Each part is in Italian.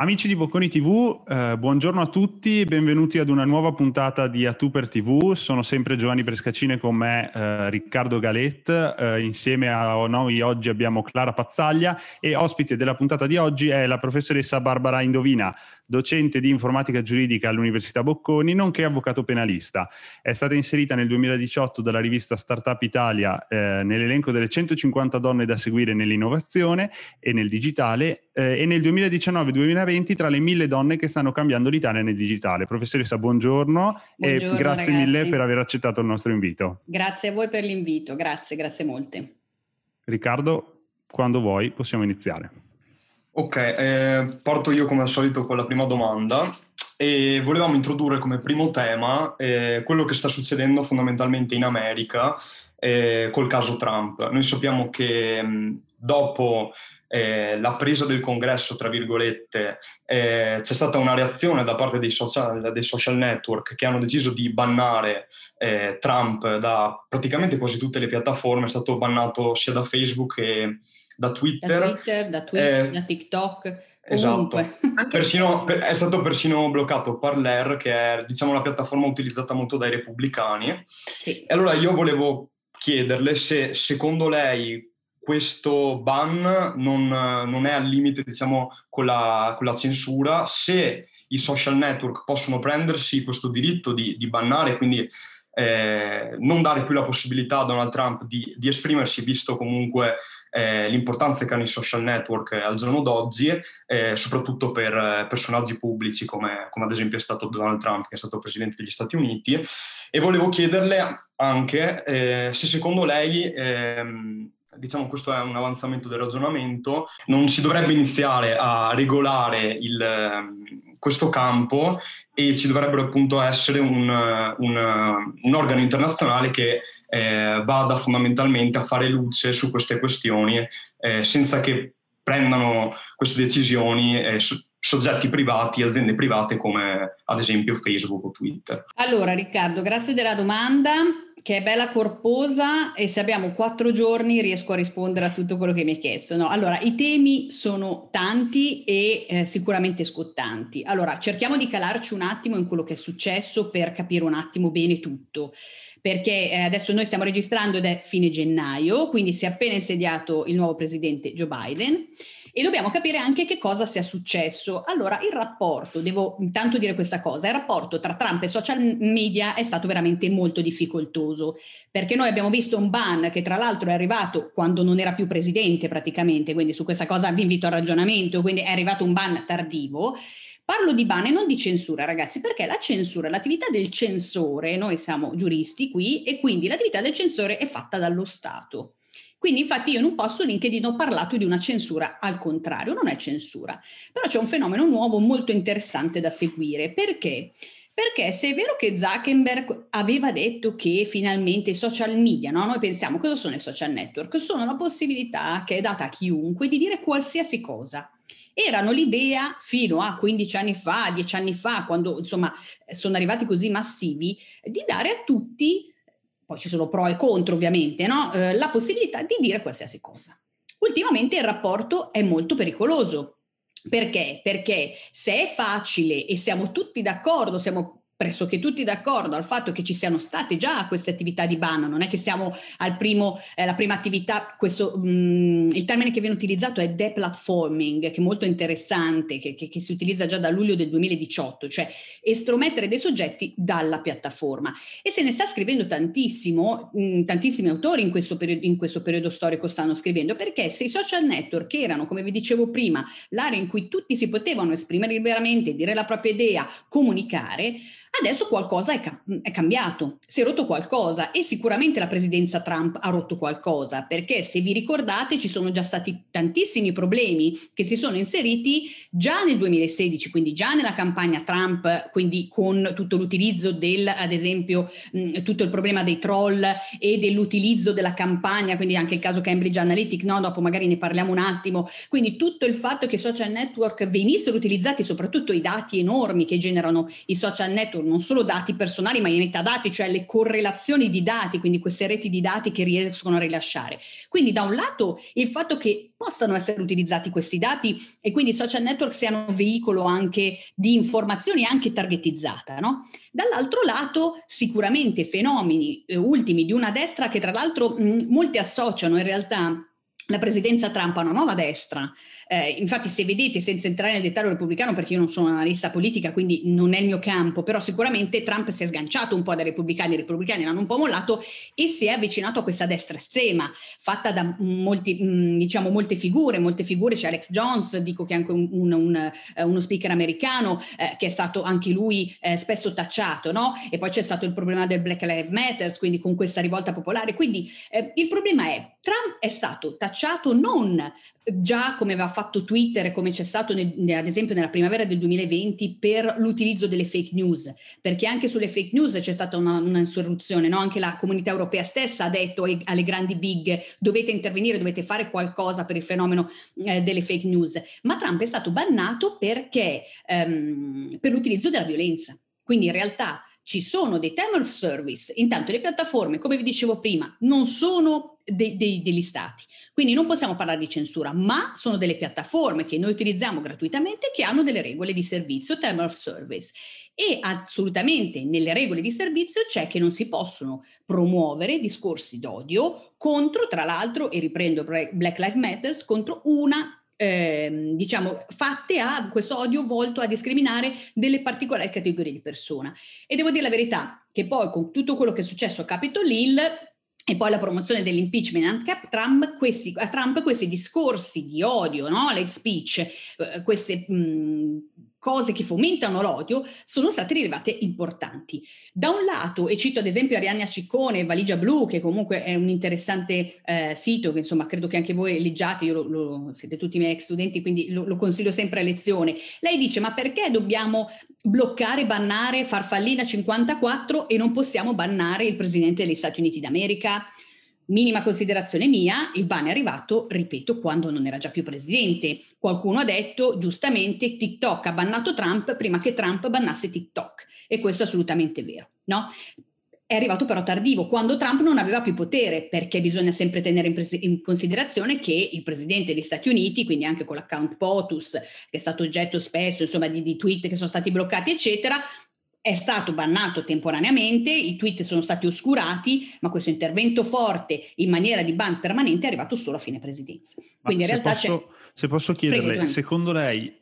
Amici di Bocconi TV, buongiorno a tutti, benvenuti ad una nuova puntata di A Tu per TV. Sono sempre Giovanni Prescacine, con me Riccardo Galet. Insieme a noi oggi abbiamo Clara Pazzaglia e ospite della puntata di oggi è la professoressa Barbara Indovina, docente di informatica giuridica all'Università Bocconi, nonché avvocato penalista. È stata inserita nel 2018 dalla rivista Startup Italia nell'elenco delle 150 donne da seguire nell'innovazione e nel digitale e nel 2019-2020 tra le 1000 donne che stanno cambiando l'Italia nel digitale. Professoressa, buongiorno e grazie ragazzi. Mille per aver accettato il nostro invito. Grazie a voi per l'invito, grazie molte. Riccardo, quando vuoi possiamo iniziare. Ok, parto io come al solito con la prima domanda e volevamo introdurre come primo tema quello che sta succedendo fondamentalmente in America col caso Trump. Noi sappiamo che dopo la presa del congresso, tra virgolette, c'è stata una reazione da parte dei social network che hanno deciso di bannare Trump da praticamente quasi tutte le piattaforme. È stato bannato sia da Facebook che da Twitter, da Twitch, da TikTok, esatto. È stato persino bloccato Parler, che è, diciamo, la piattaforma utilizzata molto dai repubblicani. Sì. E allora io volevo chiederle se secondo lei questo ban non è al limite, diciamo, con la censura, se i social network possono prendersi questo diritto di bannare, quindi non dare più la possibilità a Donald Trump di esprimersi, visto comunque l'importanza che hanno i social network al giorno d'oggi, soprattutto per personaggi pubblici come ad esempio è stato Donald Trump, che è stato presidente degli Stati Uniti. E volevo chiederle anche se secondo lei, diciamo, questo è un avanzamento del ragionamento, non si dovrebbe iniziare a regolare questo campo e ci dovrebbero appunto essere un organo internazionale che vada fondamentalmente a fare luce su queste questioni senza che prendano queste decisioni soggetti privati, aziende private come ad esempio Facebook o Twitter. Allora Riccardo, grazie della domanda, che è bella corposa, e se abbiamo 4 giorni riesco a rispondere a tutto quello che mi hai chiesto. No? Allora, i temi sono tanti e sicuramente scottanti. Allora, cerchiamo di calarci un attimo in quello che è successo per capire un attimo bene tutto, perché adesso noi stiamo registrando ed è fine gennaio, quindi si è appena insediato il nuovo presidente Joe Biden e dobbiamo capire anche che cosa sia successo. Allora, il rapporto, devo intanto dire questa cosa, il rapporto tra Trump e social media è stato veramente molto difficoltoso, perché noi abbiamo visto un ban che tra l'altro è arrivato quando non era più presidente praticamente, quindi su questa cosa vi invito al ragionamento, quindi è arrivato un ban tardivo. Parlo di ban e non di censura, ragazzi, perché la censura, l'attività del censore, noi siamo giuristi qui e quindi l'attività del censore è fatta dallo Stato. Quindi infatti io in un post su LinkedIn ho parlato di una censura, al contrario, non è censura, però c'è un fenomeno nuovo molto interessante da seguire. Perché? Perché se è vero che Zuckerberg aveva detto che finalmente i social media, no? Noi pensiamo cosa sono i social network? Sono la possibilità che è data a chiunque di dire qualsiasi cosa. Erano l'idea fino a 15 anni fa, 10 anni fa, quando insomma sono arrivati così massivi, di dare a tutti, poi ci sono pro e contro ovviamente, no? La possibilità di dire qualsiasi cosa. Ultimamente il rapporto è molto pericoloso. Perché? Perché se è facile e siamo tutti d'accordo, siamo pressoché tutti d'accordo al fatto che ci siano state già queste attività di ban, non è che siamo al la prima attività, il termine che viene utilizzato è deplatforming, che è molto interessante, che si utilizza già da luglio del 2018, cioè estromettere dei soggetti dalla piattaforma. E se ne sta scrivendo tantissimo, tantissimi autori in questo periodo storico stanno scrivendo, perché se i social network erano, come vi dicevo prima, l'area in cui tutti si potevano esprimere liberamente, dire la propria idea, comunicare, adesso qualcosa è cambiato, si è rotto qualcosa e sicuramente la presidenza Trump ha rotto qualcosa, perché se vi ricordate ci sono già stati tantissimi problemi che si sono inseriti già nel 2016, quindi già nella campagna Trump, quindi con tutto l'utilizzo ad esempio tutto il problema dei troll e dell'utilizzo della campagna, quindi anche il caso Cambridge Analytica, no? Dopo magari ne parliamo un attimo, quindi tutto il fatto che i social network venissero utilizzati, soprattutto i dati enormi che generano i social network network, non solo dati personali ma i metadati, cioè le correlazioni di dati, quindi queste reti di dati che riescono a rilasciare. Quindi da un lato il fatto che possano essere utilizzati questi dati e quindi i social network siano un veicolo anche di informazioni anche targetizzata, no? Dall'altro lato sicuramente fenomeni ultimi di una destra che tra l'altro molti associano in realtà la presidenza Trump a una nuova destra. Infatti se vedete, senza entrare nel dettaglio repubblicano perché io non sono analista politica quindi non è il mio campo, però sicuramente Trump si è sganciato un po' dai repubblicani, i repubblicani l'hanno un po' mollato e si è avvicinato a questa destra estrema fatta da molte figure, c'è Alex Jones, dico che è anche uno speaker americano che è stato anche lui spesso tacciato, no? E poi c'è stato il problema del Black Lives Matter, quindi con questa rivolta popolare, quindi il problema è Trump è stato tacciato non già come aveva fatto Twitter e come c'è stato ad esempio nella primavera del 2020 per l'utilizzo delle fake news, perché anche sulle fake news c'è stata una insurrezione, no? Anche la comunità europea stessa ha detto alle grandi big dovete intervenire, dovete fare qualcosa per il fenomeno delle fake news, ma Trump è stato bannato perché per l'utilizzo della violenza, quindi in realtà ci sono dei term of service, intanto le piattaforme, come vi dicevo prima, non sono degli stati, quindi non possiamo parlare di censura, ma sono delle piattaforme che noi utilizziamo gratuitamente che hanno delle regole di servizio, term of service, e assolutamente nelle regole di servizio c'è che non si possono promuovere discorsi d'odio contro, tra l'altro, e riprendo Black Lives Matter, contro una fatte a questo odio volto a discriminare delle particolari categorie di persona. E devo dire la verità che poi con tutto quello che è successo a Capitol Hill e poi la promozione dell'impeachment a Trump, questi discorsi di odio, no? L'hate speech, queste cose che fomentano l'odio sono state rilevate importanti. Da un lato, e cito ad esempio Arianna Ciccone, Valigia Blu, che comunque è un interessante sito che insomma credo che anche voi leggiate, siete tutti miei ex studenti quindi lo consiglio sempre a lezione. Lei dice ma perché dobbiamo bloccare, bannare Farfallina 54 e non possiamo bannare il presidente degli Stati Uniti d'America? Minima considerazione mia, il ban è arrivato, ripeto, quando non era già più presidente. Qualcuno ha detto, giustamente, TikTok ha bannato Trump prima che Trump bannasse TikTok. E questo è assolutamente vero, no? È arrivato però tardivo, quando Trump non aveva più potere, perché bisogna sempre tenere in considerazione che il presidente degli Stati Uniti, quindi anche con l'account POTUS, che è stato oggetto spesso, insomma, di tweet che sono stati bloccati, eccetera, è stato bannato temporaneamente, i tweet sono stati oscurati, ma questo intervento forte in maniera di ban permanente è arrivato solo a fine presidenza. Quindi in realtà se posso chiederle, Prego, secondo lei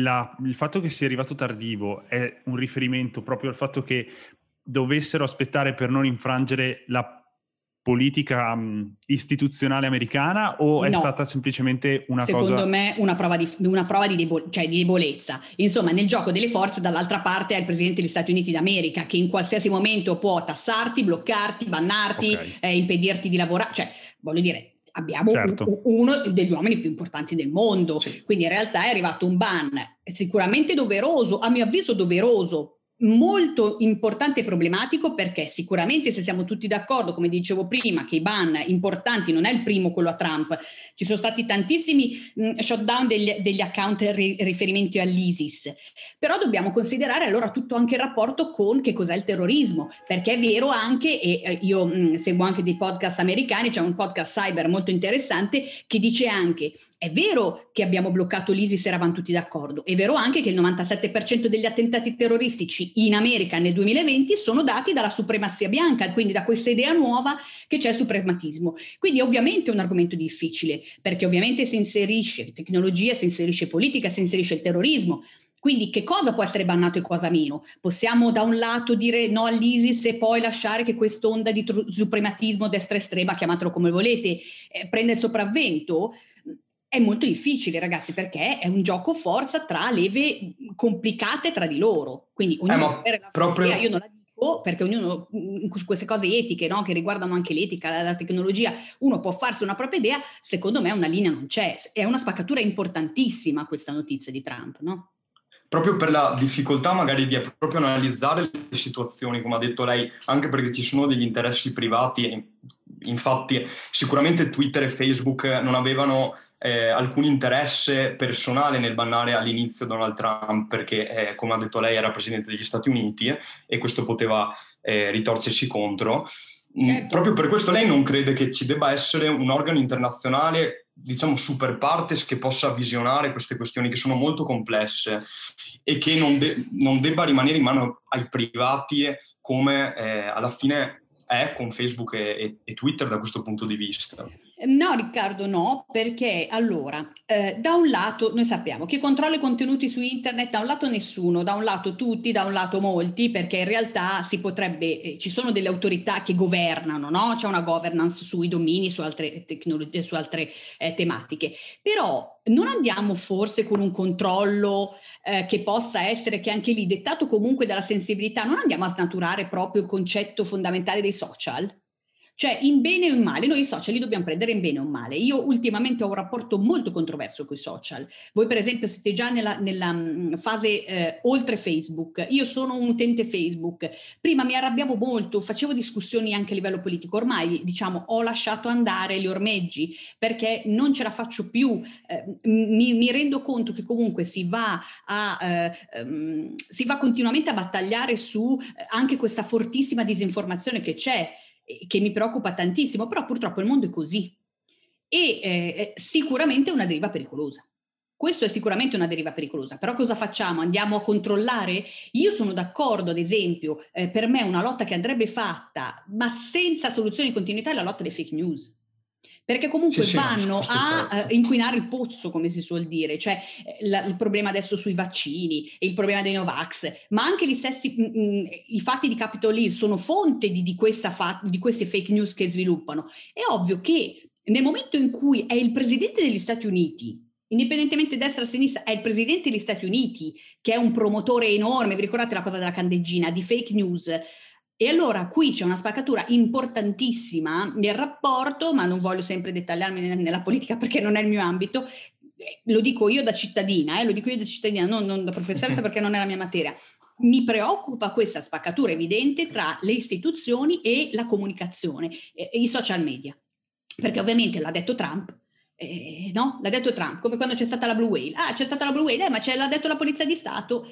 il fatto che sia arrivato tardivo è un riferimento proprio al fatto che dovessero aspettare per non infrangere la politica istituzionale americana o è stata semplicemente una secondo me una prova di debolezza. Insomma, nel gioco delle forze dall'altra parte è il presidente degli Stati Uniti d'America che in qualsiasi momento può tassarti, bloccarti, bannarti, impedirti di lavorare, cioè voglio dire abbiamo uno degli uomini più importanti del mondo, quindi in realtà è arrivato un ban sicuramente doveroso, a mio avviso doveroso, molto importante e problematico, perché sicuramente se siamo tutti d'accordo, come dicevo prima, che i ban importanti non è il primo quello a Trump, ci sono stati tantissimi shutdown degli account riferimenti all'ISIS, però dobbiamo considerare allora tutto anche il rapporto con che cos'è il terrorismo, perché è vero anche, e io seguo anche dei podcast americani, c'è un podcast cyber molto interessante che dice anche è vero che abbiamo bloccato l'ISIS, eravamo tutti d'accordo, è vero anche che il 97% degli attentati terroristici in America nel 2020 sono dati dalla supremazia bianca, quindi da questa idea nuova che c'è il suprematismo. Quindi ovviamente è un argomento difficile, perché ovviamente si inserisce tecnologia, si inserisce politica, si inserisce il terrorismo. Quindi che cosa può essere bannato e cosa meno? Possiamo da un lato dire no all'ISIS e poi lasciare che quest'onda di suprematismo destra estrema, chiamatelo come volete, prenda il sopravvento? È molto difficile, ragazzi, perché è un gioco forza tra leve complicate tra di loro. Quindi ognuno proprio... io non la dico perché ognuno su queste cose etiche, no, che riguardano anche l'etica, la tecnologia, uno può farsi una propria idea. Secondo me una linea non c'è. È una spaccatura importantissima questa notizia di Trump, no? proprio per la difficoltà magari di proprio analizzare le situazioni, come ha detto lei, anche perché ci sono degli interessi privati. Infatti sicuramente Twitter e Facebook non avevano alcun interesse personale nel bannare all'inizio Donald Trump, perché come ha detto lei era presidente degli Stati Uniti e questo poteva ritorcersi contro. Certo. Proprio per questo lei non crede che ci debba essere un organo internazionale, diciamo super partes, che possa visionare queste questioni che sono molto complesse e che non debba rimanere in mano ai privati come alla fine è con Facebook e Twitter da questo punto di vista? No, Riccardo, no, perché allora, da un lato noi sappiamo chi controlla i contenuti su internet, da un lato nessuno, da un lato tutti, da un lato molti, perché in realtà si potrebbe, ci sono delle autorità che governano, no? C'è una governance sui domini, su altre tecnologie, su altre tematiche, però non andiamo forse con un controllo che possa essere, che anche lì dettato comunque dalla sensibilità, non andiamo a snaturare proprio il concetto fondamentale dei social? Cioè, in bene o in male, noi i social li dobbiamo prendere in bene o in male. Io ultimamente ho un rapporto molto controverso con i social. Voi, per esempio, siete già nella fase oltre Facebook. Io sono un utente Facebook. Prima mi arrabbiavo molto, facevo discussioni anche a livello politico. Ormai, diciamo, ho lasciato andare gli ormeggi perché non ce la faccio più. Mi rendo conto che comunque si va continuamente a battagliare su anche questa fortissima disinformazione che c'è, che mi preoccupa tantissimo, però purtroppo il mondo è così e sicuramente è una deriva pericolosa. Questo è sicuramente una deriva pericolosa, però cosa facciamo? Andiamo a controllare? Io sono d'accordo, ad esempio, per me una lotta che andrebbe fatta, ma senza soluzione di continuità, è la lotta delle fake news. Perché comunque Sì, vanno no, a inquinare il pozzo, come si suol dire, cioè il problema adesso sui vaccini, il problema dei Novax, ma anche gli stessi i fatti di Capitol Hill sono fonte di queste fake news che sviluppano. È ovvio che nel momento in cui è il presidente degli Stati Uniti, indipendentemente destra o sinistra, è il presidente degli Stati Uniti che è un promotore enorme, vi ricordate la cosa della candeggina, di fake news? E allora qui c'è una spaccatura importantissima nel rapporto, ma non voglio sempre dettagliarmi nella politica perché non è il mio ambito, lo dico io da cittadina, non da professoressa perché non è la mia materia. Mi preoccupa questa spaccatura evidente tra le istituzioni e la comunicazione, e i social media, perché ovviamente l'ha detto Trump. No? L'ha detto Trump, come quando c'è stata la Blue Whale. Ah, c'è stata la Blue Whale, ma l'ha detto la Polizia di Stato.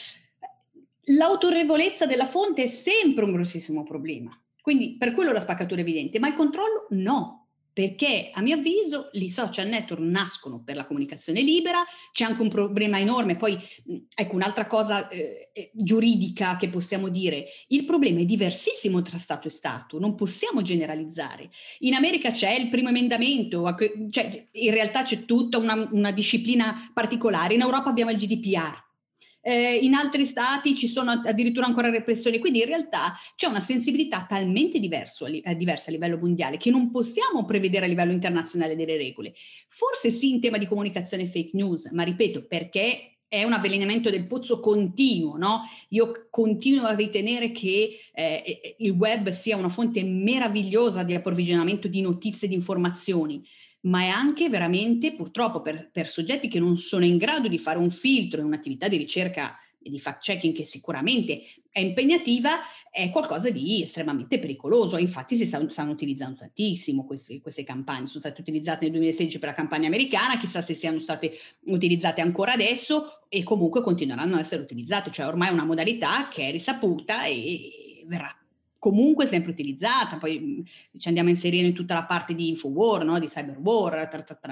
L'autorevolezza della fonte è sempre un grossissimo problema. Quindi per quello la spaccatura è evidente, ma il controllo no, perché a mio avviso i social network nascono per la comunicazione libera, c'è anche un problema enorme, poi ecco un'altra cosa giuridica che possiamo dire, il problema è diversissimo tra Stato e Stato, non possiamo generalizzare. In America c'è il primo emendamento, cioè in realtà c'è tutta una disciplina particolare, in Europa abbiamo il GDPR. In altri stati ci sono addirittura ancora repressioni, quindi in realtà c'è una sensibilità talmente diversa a livello mondiale che non possiamo prevedere a livello internazionale delle regole. Forse sì in tema di comunicazione fake news, ma ripeto, perché è un avvelenamento del pozzo continuo, no? Io continuo a ritenere che il web sia una fonte meravigliosa di approvvigionamento di notizie e di informazioni, ma è anche veramente, purtroppo, per soggetti che non sono in grado di fare un filtro in un'attività di ricerca e di fact-checking che sicuramente è impegnativa, è qualcosa di estremamente pericoloso. Infatti si stanno utilizzando tantissimo queste campagne, sono state utilizzate nel 2016 per la campagna americana, chissà se siano state utilizzate ancora adesso e comunque continueranno ad essere utilizzate, cioè ormai è una modalità che è risaputa e verrà comunque sempre utilizzata, poi ci andiamo a inserire in tutta la parte di Infowar, no? Di Cyberwar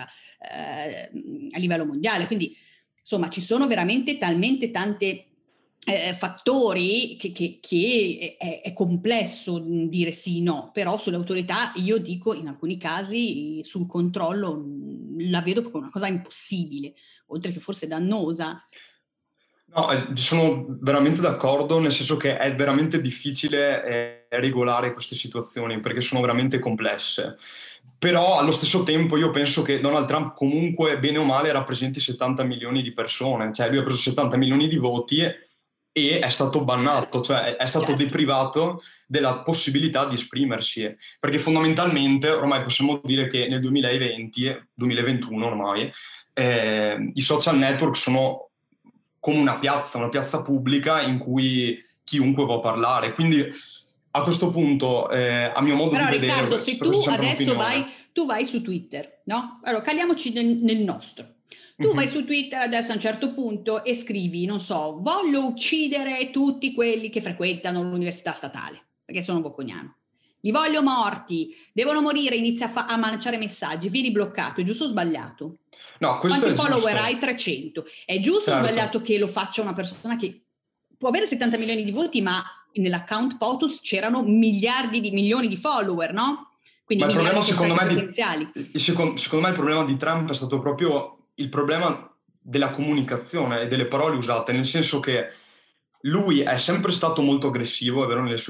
a livello mondiale, quindi insomma ci sono veramente talmente tante fattori che è complesso dire sì no, però sulle autorità io dico in alcuni casi sul controllo la vedo come una cosa impossibile, oltre che forse dannosa. No, sono veramente d'accordo, nel senso che è veramente difficile regolare queste situazioni perché sono veramente complesse. Però allo stesso tempo io penso che Donald Trump comunque, bene o male, rappresenti 70 milioni di persone, cioè lui ha preso 70 milioni di voti e è stato bannato, cioè è stato deprivato della possibilità di esprimersi, perché fondamentalmente ormai possiamo dire che nel 2020, 2021 ormai, i social network sono come una piazza pubblica in cui chiunque può parlare. Quindi a questo punto, a mio modo di vedere... Però Riccardo, se tu adesso vai su Twitter, no? Allora, caliamoci nel nostro. Tu vai su Twitter adesso a un certo punto e scrivi, non so, voglio uccidere tutti quelli che frequentano l'università statale, perché sono bocconiano. Li voglio morti, devono morire, inizia a lanciare messaggi, vieni bloccato, è giusto o sbagliato? No, questo quanti è follower giusto. Hai? 300. È giusto o sbagliato che lo faccia una persona che può avere 70 milioni di voti, ma nell'account POTUS c'erano miliardi di milioni di follower, no? Quindi ma il problema, secondo me, potenziali. Secondo me il problema di Trump è stato proprio il problema della comunicazione e delle parole usate, nel senso che lui è sempre stato molto aggressivo, è vero, nel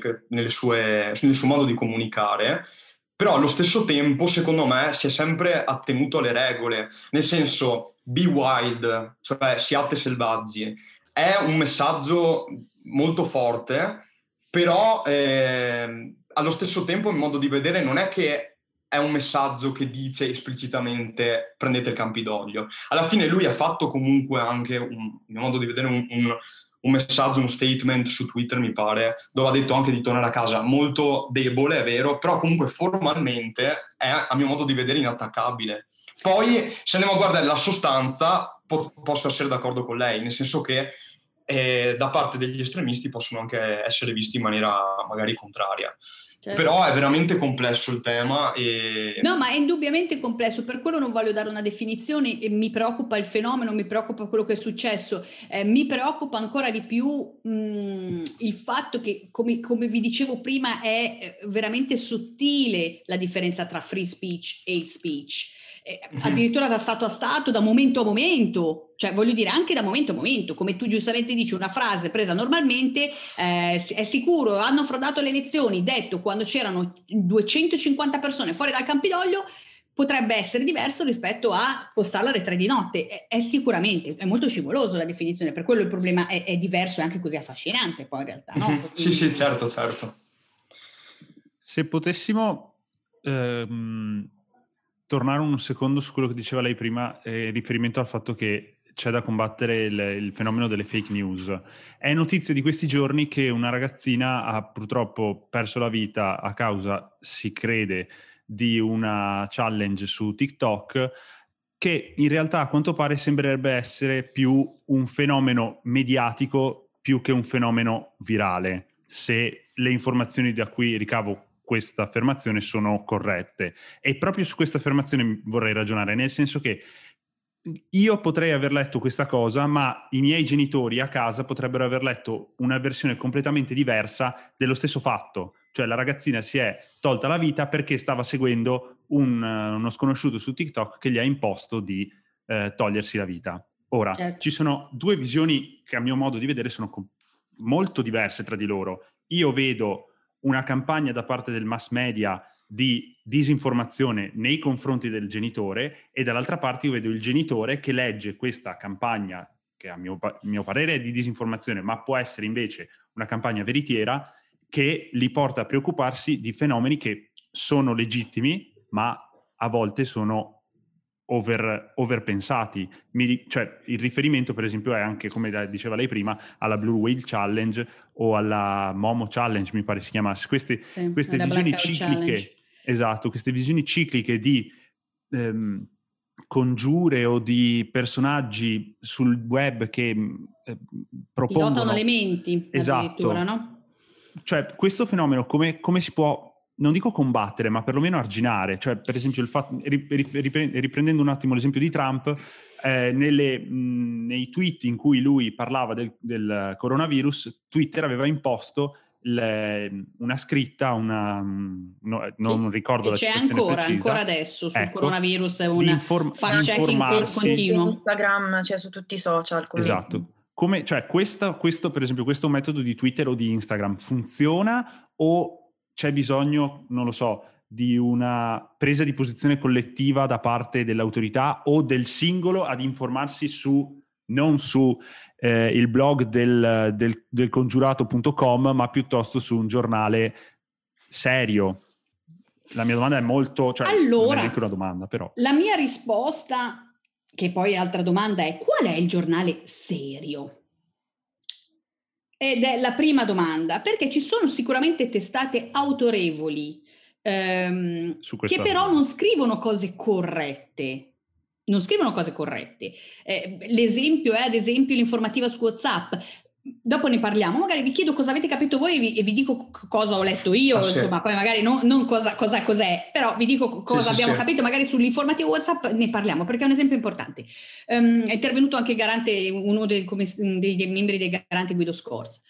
suo modo di comunicare, però allo stesso tempo, secondo me, si è sempre attenuto alle regole, nel senso, be wild, cioè siate selvaggi. È un messaggio molto forte, però allo stesso tempo, il modo di vedere non è che è un messaggio che dice esplicitamente prendete il Campidoglio. Alla fine lui ha fatto comunque anche, a mio modo di vedere, un messaggio, uno statement su Twitter, mi pare, dove ha detto anche di tornare a casa, molto debole, è vero, però comunque formalmente è, a mio modo di vedere, inattaccabile. Poi, se andiamo a guardare la sostanza, posso essere d'accordo con lei, nel senso che da parte degli estremisti possono anche essere visti in maniera magari contraria. Certo. Però è veramente complesso il tema. No, ma è indubbiamente complesso, per quello non voglio dare una definizione, e mi preoccupa il fenomeno, mi preoccupa quello che è successo, mi preoccupa ancora di più il fatto che, come vi dicevo prima, è veramente sottile la differenza tra free speech e hate speech. Addirittura da stato a stato, da momento a momento, cioè voglio dire anche da momento a momento, come tu giustamente dici, una frase presa normalmente, è sicuro, hanno frodato le elezioni, detto quando c'erano 250 persone fuori dal Campidoglio, potrebbe essere diverso rispetto a postarla alle 3 di notte, è sicuramente, è molto scivoloso la definizione, per quello il problema è diverso e anche così affascinante poi in realtà, no? Sì, certo. Se potessimo tornare un secondo su quello che diceva lei prima, in riferimento al fatto che c'è da combattere il fenomeno delle fake news. È notizia di questi giorni che una ragazzina ha purtroppo perso la vita a causa, si crede, di una challenge su TikTok, che in realtà a quanto pare sembrerebbe essere più un fenomeno mediatico più che un fenomeno virale, se le informazioni da cui ricavo questa affermazione sono corrette. E proprio su questa affermazione vorrei ragionare, nel senso che io potrei aver letto questa cosa, ma i miei genitori a casa potrebbero aver letto una versione completamente diversa dello stesso fatto. Cioè la ragazzina si è tolta la vita perché stava seguendo uno sconosciuto su TikTok che gli ha imposto di togliersi la vita. Ora, certo, ci sono due visioni che a mio modo di vedere sono molto diverse tra di loro. Io vedo una campagna da parte del mass media di disinformazione nei confronti del genitore e dall'altra parte io vedo il genitore che legge questa campagna che a mio parere è di disinformazione, ma può essere invece una campagna veritiera che li porta a preoccuparsi di fenomeni che sono legittimi ma a volte sono overpensati. Cioè, il riferimento per esempio è anche, come diceva lei prima, alla Blue Whale Challenge o alla Momo Challenge, mi pare si chiamasse, queste visioni cicliche, esatto, queste visioni cicliche di congiure o di personaggi sul web che propongono... Pilotano le menti, esatto, addirittura, no? Cioè, questo fenomeno come si può, non dico combattere, ma perlomeno arginare? Cioè, per esempio, il fatto, riprendendo un attimo l'esempio di Trump, nei tweet in cui lui parlava del coronavirus, Twitter aveva imposto una scritta, non ricordo la citazione precisa. C'è ancora adesso sul coronavirus un fact-checking continuo. Instagram, cioè su tutti i social. Esatto. Cioè, questo, per esempio, questo metodo di Twitter o di Instagram funziona o c'è bisogno, non lo so, di una presa di posizione collettiva da parte dell'autorità o del singolo ad informarsi non su il blog del congiurato.com, ma piuttosto su un giornale serio? La mia domanda è molto... Cioè, allora, non è neanche una domanda, però. La mia risposta che poi altra domanda è: qual è il giornale serio? Ed è la prima domanda, perché ci sono sicuramente testate autorevoli che però non scrivono cose corrette. Non scrivono cose corrette. L'esempio è ad esempio l'informativa su WhatsApp. Dopo ne parliamo, magari vi chiedo cosa avete capito voi e vi dico cosa ho letto io, insomma, poi magari non cos'è, però vi dico cosa abbiamo capito, magari sull'informativa WhatsApp ne parliamo, perché è un esempio importante. È intervenuto anche Garante, uno dei membri dei Garante, Guido Scorza.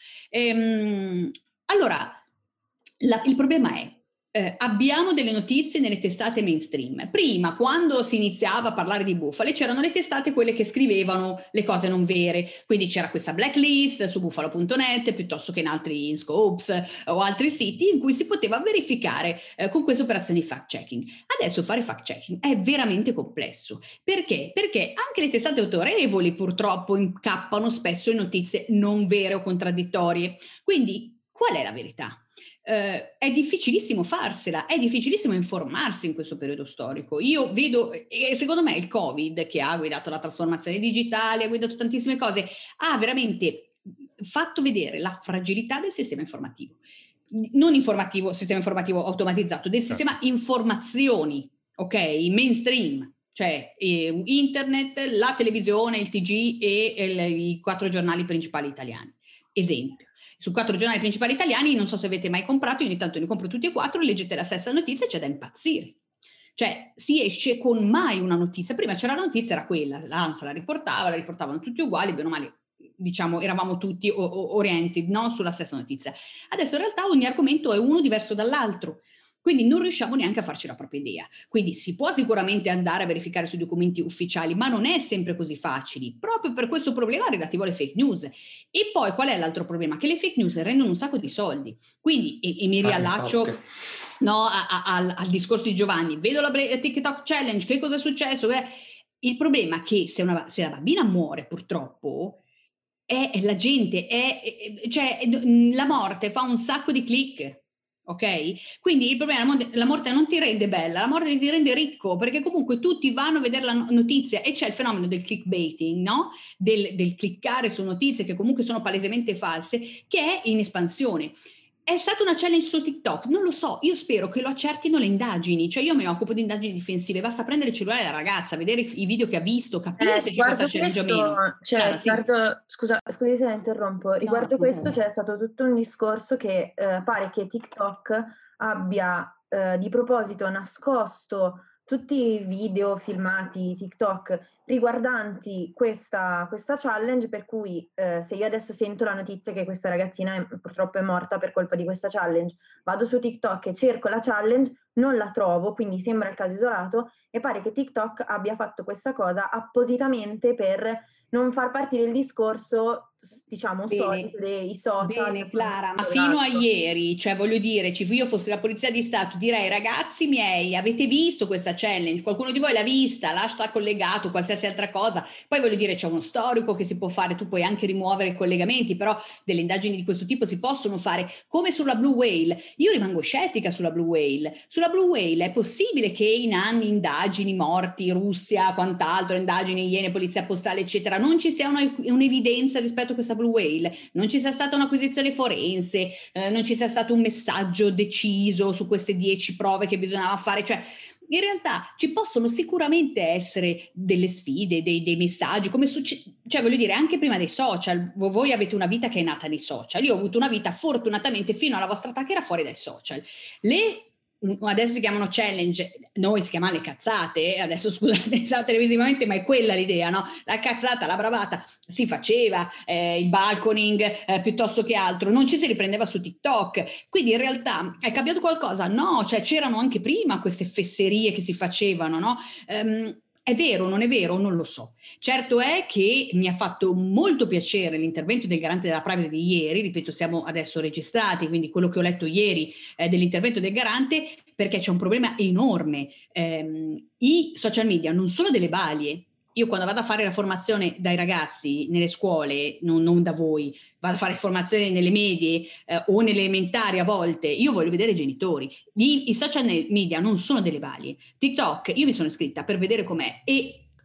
Allora, il problema è abbiamo delle notizie nelle testate mainstream. Prima, quando si iniziava a parlare di bufale, c'erano le testate quelle che scrivevano le cose non vere, quindi c'era questa blacklist su buffalo.net piuttosto che in altri, in Scopes o altri siti in cui si poteva verificare con queste operazioni fact-checking. Adesso fare fact-checking è veramente complesso. Perché? Perché anche le testate autorevoli purtroppo incappano spesso in notizie non vere o contraddittorie. Quindi, qual è la verità? È difficilissimo farsela, è difficilissimo informarsi in questo periodo storico. Io vedo, e secondo me il Covid, che ha guidato la trasformazione digitale, ha guidato tantissime cose, ha veramente fatto vedere la fragilità del sistema informativo. Non informativo, sistema informativo automatizzato, del sistema informazioni, ok? Mainstream, cioè internet, la televisione, il TG e i 4 giornali principali italiani. Esempio. Su 4 giornali principali italiani, non so se avete mai comprato, io ogni tanto ne compro tutti e 4, leggete la stessa notizia e c'è da impazzire. Cioè si esce con mai una notizia. Prima c'era la notizia, era quella, l'ANSA la riportavano tutti uguali, bene o male, diciamo, eravamo tutti oriented, no? Sulla stessa notizia. Adesso in realtà ogni argomento è uno diverso dall'altro. Quindi non riusciamo neanche a farci la propria idea. Quindi si può sicuramente andare a verificare sui documenti ufficiali, ma non è sempre così facile, proprio per questo problema relativo alle fake news. E poi qual è l'altro problema? Che le fake news rendono un sacco di soldi. Quindi, e mi riallaccio al discorso di Giovanni, vedo la TikTok Challenge, che cosa è successo? Il problema è che se la bambina muore, purtroppo, la gente, cioè la morte fa un sacco di click. Ok? Quindi il problema è la morte non ti rende bella, la morte ti rende ricco, perché comunque tutti vanno a vedere la notizia e c'è il fenomeno del clickbaiting, no? Del cliccare su notizie che comunque sono palesemente false, che è in espansione. È stata una challenge su TikTok? Non lo so, io spero che lo accertino le indagini, cioè io mi occupo di indagini difensive, basta prendere il cellulare della ragazza, vedere i video che ha visto, capire se c'è questa challenge o meno. Cioè, scusi se la interrompo, riguardo questo c'è stato tutto un discorso che pare che TikTok abbia di proposito nascosto tutti i video filmati TikTok riguardanti questa challenge, per cui se io adesso sento la notizia che questa ragazzina purtroppo è morta per colpa di questa challenge, vado su TikTok e cerco la challenge, non la trovo, quindi sembra il caso isolato, e pare che TikTok abbia fatto questa cosa appositamente per non far partire il discorso, diciamo, solito dei social. Bene, Clara, ma fino a ieri, cioè voglio dire, io fossi la Polizia di Stato, direi: ragazzi miei, avete visto questa challenge? Qualcuno di voi l'ha vista? L'hashtag collegato, qualsiasi altra cosa. Poi voglio dire, c'è uno storico che si può fare, tu puoi anche rimuovere i collegamenti, però delle indagini di questo tipo si possono fare, come sulla Blue Whale. Io rimango scettica sulla Blue Whale. Sulla Blue Whale è possibile che in anni indagini, morti, Russia, quant'altro, indagini, Iene, polizia postale, eccetera, non ci sia un'evidenza rispetto a questa Blue Whale, non ci sia stata un'acquisizione forense, non ci sia stato un messaggio deciso su queste 10 prove che bisognava fare, cioè in realtà ci possono sicuramente essere delle sfide, dei messaggi, come cioè voglio dire, anche prima dei social. Voi avete una vita che è nata nei social, io ho avuto una vita fortunatamente fino alla vostra età che era fuori dai social. Adesso si chiamano challenge, noi si chiamano le cazzate, adesso scusate, televisivamente, ma è quella l'idea, no? La cazzata, la bravata si faceva, il balconing piuttosto che altro, non ci si riprendeva su TikTok, quindi in realtà è cambiato qualcosa? No, cioè c'erano anche prima queste fesserie che si facevano, no? È vero, non è vero? Non lo so. Certo è che mi ha fatto molto piacere l'intervento del Garante della Privacy di ieri, ripeto, siamo adesso registrati, quindi quello che ho letto ieri dell'intervento del Garante, perché c'è un problema enorme. I social media non sono delle balie. Io quando vado a fare la formazione dai ragazzi nelle scuole, non da voi, vado a fare formazione nelle medie o nelle elementari a volte, io voglio vedere i genitori. I social media non sono delle balie. TikTok, io mi sono iscritta per vedere com'è e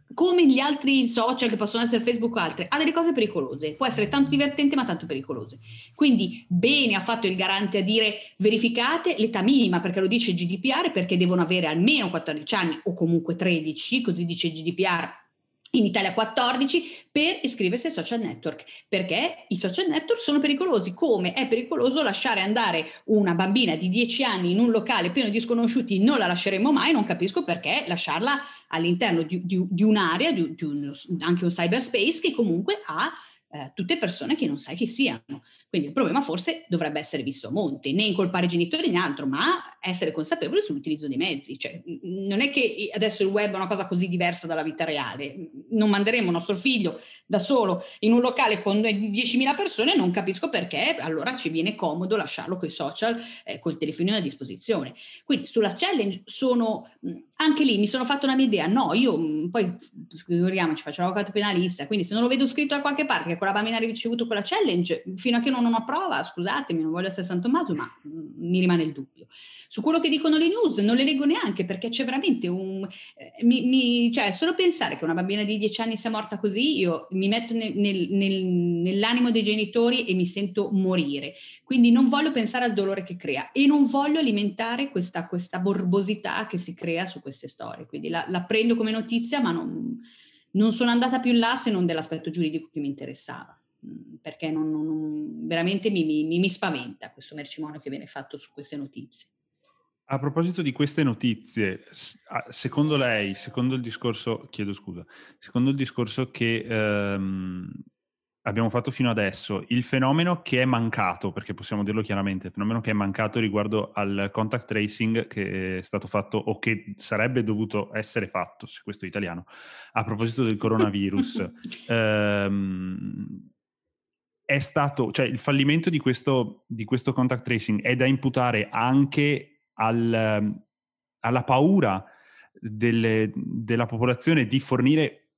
come gli altri social che possono essere Facebook o altri, ha delle cose pericolose, può essere tanto divertente ma tanto pericolose. Quindi bene ha fatto il garante a dire verificate l'età minima, perché lo dice il GDPR, perché devono avere almeno 14 anni o comunque 13, così dice il GDPR. In Italia 14, per iscriversi ai social network, perché i social network sono pericolosi, come è pericoloso lasciare andare una bambina di 10 anni in un locale pieno di sconosciuti. Non la lasceremo mai, non capisco perché lasciarla all'interno di un'area, anche un cyberspace che comunque ha tutte persone che non sai chi siano. Quindi il problema forse dovrebbe essere visto a monte, né incolpare i genitori né altro, ma essere consapevoli sull'utilizzo dei mezzi. Cioè, non è che adesso il web è una cosa così diversa dalla vita reale. Non manderemo nostro figlio da solo in un locale con 10.000 persone, non capisco perché allora ci viene comodo lasciarlo coi social, col telefonino a disposizione. Quindi sulla challenge anche lì mi sono fatta una mia idea. No, io poi figuriamoci, faccio l'avvocato penalista, quindi se non lo vedo scritto da qualche parte che quella bambina ha ricevuto quella challenge, fino a che non ho una prova, scusatemi, non voglio essere San Tommaso, ma mi rimane il dubbio. Su quello che dicono le news non le leggo neanche, perché c'è veramente cioè solo pensare che una bambina di 10 anni sia morta così, io mi metto nell'animo dei genitori e mi sento morire. Quindi non voglio pensare al dolore che crea e non voglio alimentare questa borbosità che si crea su queste storie. Quindi la prendo come notizia, ma non sono andata più in là se non dell'aspetto giuridico che mi interessava, perché veramente mi spaventa questo mercimonio che viene fatto su queste notizie. A proposito di queste notizie, secondo lei, secondo il discorso che abbiamo fatto fino adesso, il fenomeno che è mancato, perché possiamo dirlo chiaramente, il fenomeno che è mancato riguardo al contact tracing che è stato fatto o che sarebbe dovuto essere fatto, se questo è italiano, a proposito del coronavirus, è stato, cioè il fallimento di questo contact tracing è da imputare anche alla paura della popolazione di fornire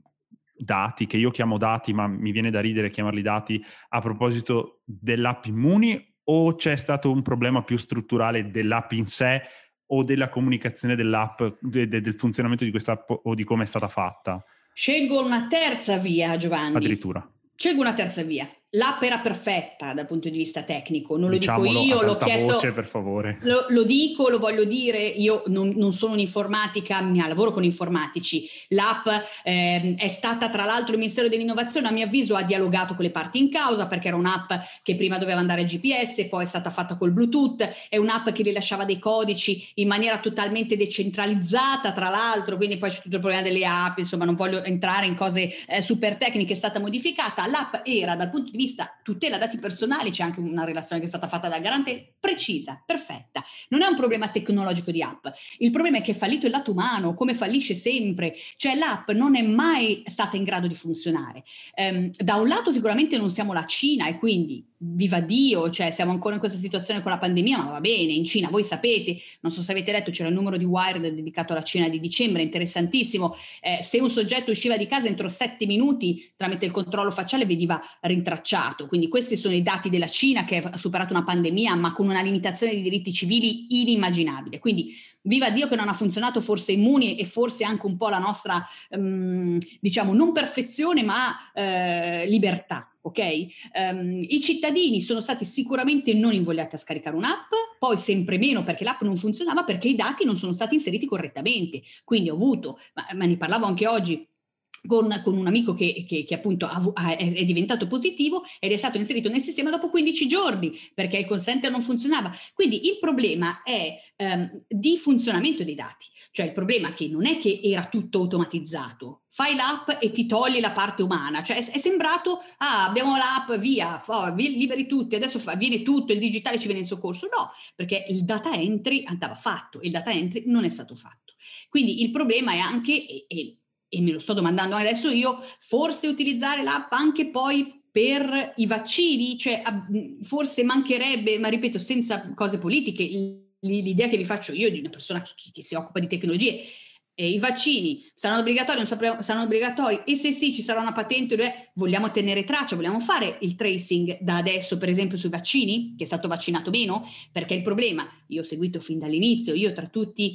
dati, che io chiamo dati, ma mi viene da ridere chiamarli dati, a proposito dell'app Immuni, o c'è stato un problema più strutturale dell'app in sé o della comunicazione dell'app, del funzionamento di questa app o di come è stata fatta? Scelgo una terza via, Giovanni. Addirittura. Scelgo una terza via. L'app era perfetta dal punto di vista tecnico, non lo dico Diciamolo io, ad l'ho alta chiesto, voce, per favore. Lo dico, lo voglio dire, io non sono un'informatica, ma lavoro con informatici. L'app è stata, tra l'altro, il Ministero dell'Innovazione, a mio avviso, ha dialogato con le parti in causa, perché era un'app che prima doveva andare al GPS, poi è stata fatta col Bluetooth, è un'app che rilasciava dei codici in maniera totalmente decentralizzata, tra l'altro, quindi poi c'è tutto il problema delle app, insomma non voglio entrare in cose super tecniche, è stata modificata. L'app era, dal punto di vista tutela dati personali, c'è anche una relazione che è stata fatta dal garante, precisa, perfetta. Non è un problema tecnologico di app, il problema è che è fallito il lato umano, come fallisce sempre, cioè l'app non è mai stata in grado di funzionare. Da un lato sicuramente non siamo la Cina e quindi viva Dio, cioè siamo ancora in questa situazione con la pandemia, ma va bene, in Cina voi sapete, non so se avete letto, c'era il numero di Wired dedicato alla Cina di dicembre, interessantissimo, se un soggetto usciva di casa entro 7 minuti tramite il controllo facciale veniva rintracciato, quindi questi sono i dati della Cina che ha superato una pandemia ma con una limitazione di diritti civili inimmaginabile, quindi viva Dio che non ha funzionato forse Immuni e forse anche un po' la nostra diciamo non perfezione ma libertà. Ok? I cittadini sono stati sicuramente non invogliati a scaricare un'app, poi sempre meno perché l'app non funzionava, perché i dati non sono stati inseriti correttamente. Quindi ho avuto, ma ne parlavo anche oggi con un amico che appunto è diventato positivo ed è stato inserito nel sistema dopo 15 giorni perché il call center non funzionava. Quindi il problema è di funzionamento dei dati, cioè il problema che non è che era tutto automatizzato, fai l'app e ti togli la parte umana, cioè è sembrato abbiamo l'app, via, liberi tutti, adesso viene tutto, il digitale ci viene in soccorso. No, perché il data entry andava fatto, il data entry non è stato fatto. Quindi il problema è anche, e me lo sto domandando adesso io, forse utilizzare l'app anche poi per i vaccini, cioè forse mancherebbe, ma ripeto senza cose politiche, l'idea che vi faccio io di una persona che si occupa di tecnologie, i vaccini saranno obbligatori, non sapremo, saranno obbligatori, e se sì ci sarà una patente, vogliamo tenere traccia, vogliamo fare il tracing da adesso per esempio sui vaccini, chi è stato vaccinato meno, perché il problema, io ho seguito fin dall'inizio, io tra tutti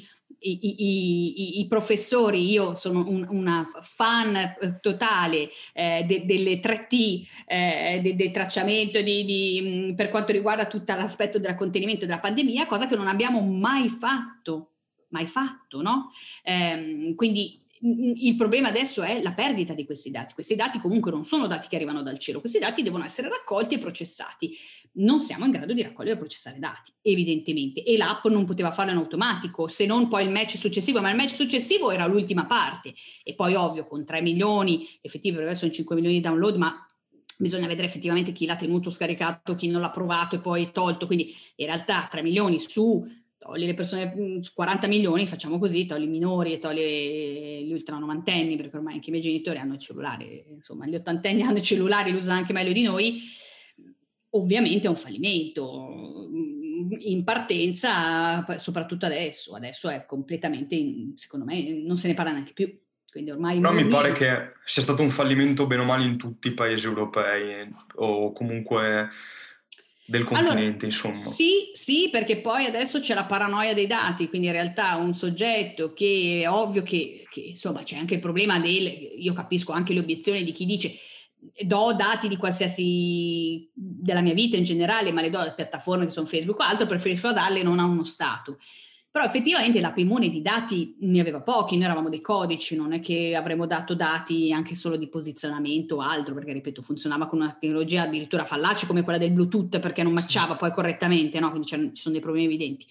i professori, io sono una fan totale delle 3T, del tracciamento per quanto riguarda tutto l'aspetto del contenimento della pandemia, cosa che non abbiamo mai fatto, no? Quindi il problema adesso è la perdita di questi dati. Questi dati comunque non sono dati che arrivano dal cielo, questi dati devono essere raccolti e processati. Non siamo in grado di raccogliere e processare dati, evidentemente, e l'app non poteva farlo in automatico, se non poi il match successivo, ma il match successivo era l'ultima parte, e poi ovvio con 3 milioni, effettivamente perché sono 5 milioni di download, ma bisogna vedere effettivamente chi l'ha tenuto scaricato, chi non l'ha provato e poi tolto, quindi in realtà 3 milioni su... togli le persone, 40 milioni, facciamo così, togli i minori e togli gli ultra novantenni, perché ormai anche i miei genitori hanno il cellulare, insomma gli ottantenni hanno i cellulari, li usano anche meglio di noi, ovviamente è un fallimento. In partenza, soprattutto adesso è completamente, secondo me, non se ne parla neanche più. Quindi ormai però mi pare che sia stato un fallimento bene o male in tutti i paesi europei, o comunque... del continente, insomma. Sì, perché poi adesso c'è la paranoia dei dati, quindi in realtà un soggetto che è ovvio che insomma c'è anche il problema io capisco anche le obiezioni di chi dice do dati di qualsiasi, della mia vita in generale, ma le do a piattaforme che sono Facebook o altro, preferisco darle non a uno Stato. Però effettivamente l'app Immuni di dati ne aveva pochi, noi eravamo dei codici, non è che avremmo dato dati anche solo di posizionamento o altro, perché ripeto funzionava con una tecnologia addirittura fallace come quella del Bluetooth, perché non matchava poi correttamente, no? Quindi ci sono dei problemi evidenti.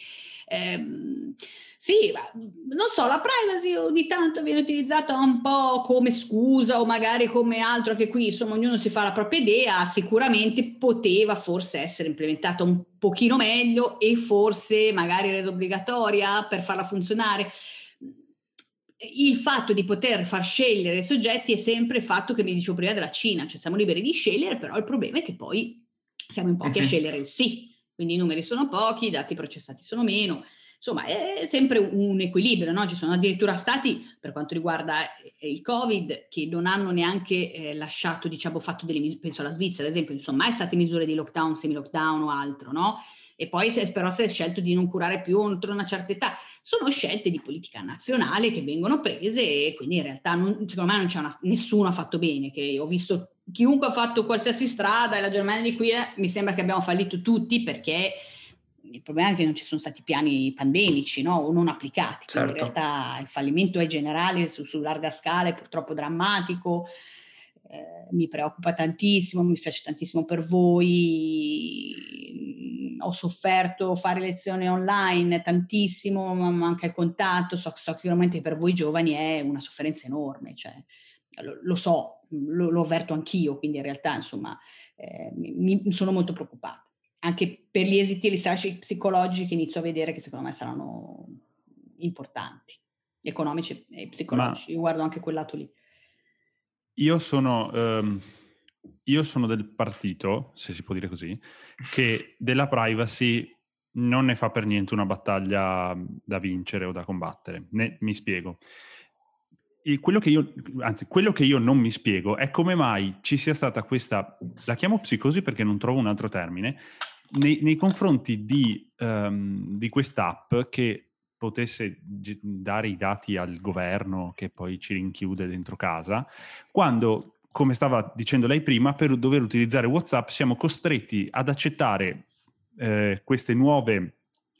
Sì, non so, la privacy ogni tanto viene utilizzata un po' come scusa o magari come altro, che qui insomma ognuno si fa la propria idea, sicuramente poteva forse essere implementata un pochino meglio e forse magari resa obbligatoria per farla funzionare. Il fatto di poter far scegliere i soggetti è sempre il fatto che mi dicevo prima della Cina, cioè siamo liberi di scegliere, però il problema è che poi siamo in pochi a scegliere il sì, quindi i numeri sono pochi, i dati processati sono meno. Insomma, è sempre un equilibrio, no? Ci sono addirittura stati, per quanto riguarda il Covid, che non hanno neanche lasciato, diciamo, fatto penso alla Svizzera, ad esempio, non sono mai state misure di lockdown, semi-lockdown o altro, no? E poi però si è scelto di non curare più oltre una certa età. Sono scelte di politica nazionale che vengono prese e quindi in realtà secondo me non c'è nessuno ha fatto bene, che ho visto chiunque ha fatto qualsiasi strada e la Germania di qui mi sembra che abbiamo fallito tutti perché il problema è che non ci sono stati piani pandemici, no? O non applicati, quindi in realtà il fallimento è generale su larga scala, è purtroppo drammatico, mi preoccupa tantissimo, mi dispiace tantissimo per voi, ho sofferto fare lezioni online tantissimo, ma anche il contatto, so sicuramente per voi giovani è una sofferenza enorme, cioè, lo so, lo avverto anch'io, quindi in realtà insomma sono molto preoccupata. Anche per gli esiti e gli strascichi psicologici che inizio a vedere che secondo me saranno importanti, economici e psicologici. Io guardo anche quel lato lì. Io sono del partito, se si può dire così, che della privacy non ne fa per niente una battaglia da vincere o da combattere. Mi spiego. Quello che io non mi spiego è come mai ci sia stata questa, la chiamo psicosi perché non trovo un altro termine, nei confronti di quest'app che potesse dare i dati al governo che poi ci rinchiude dentro casa, quando, come stava dicendo lei prima, per dover utilizzare WhatsApp siamo costretti ad accettare queste nuove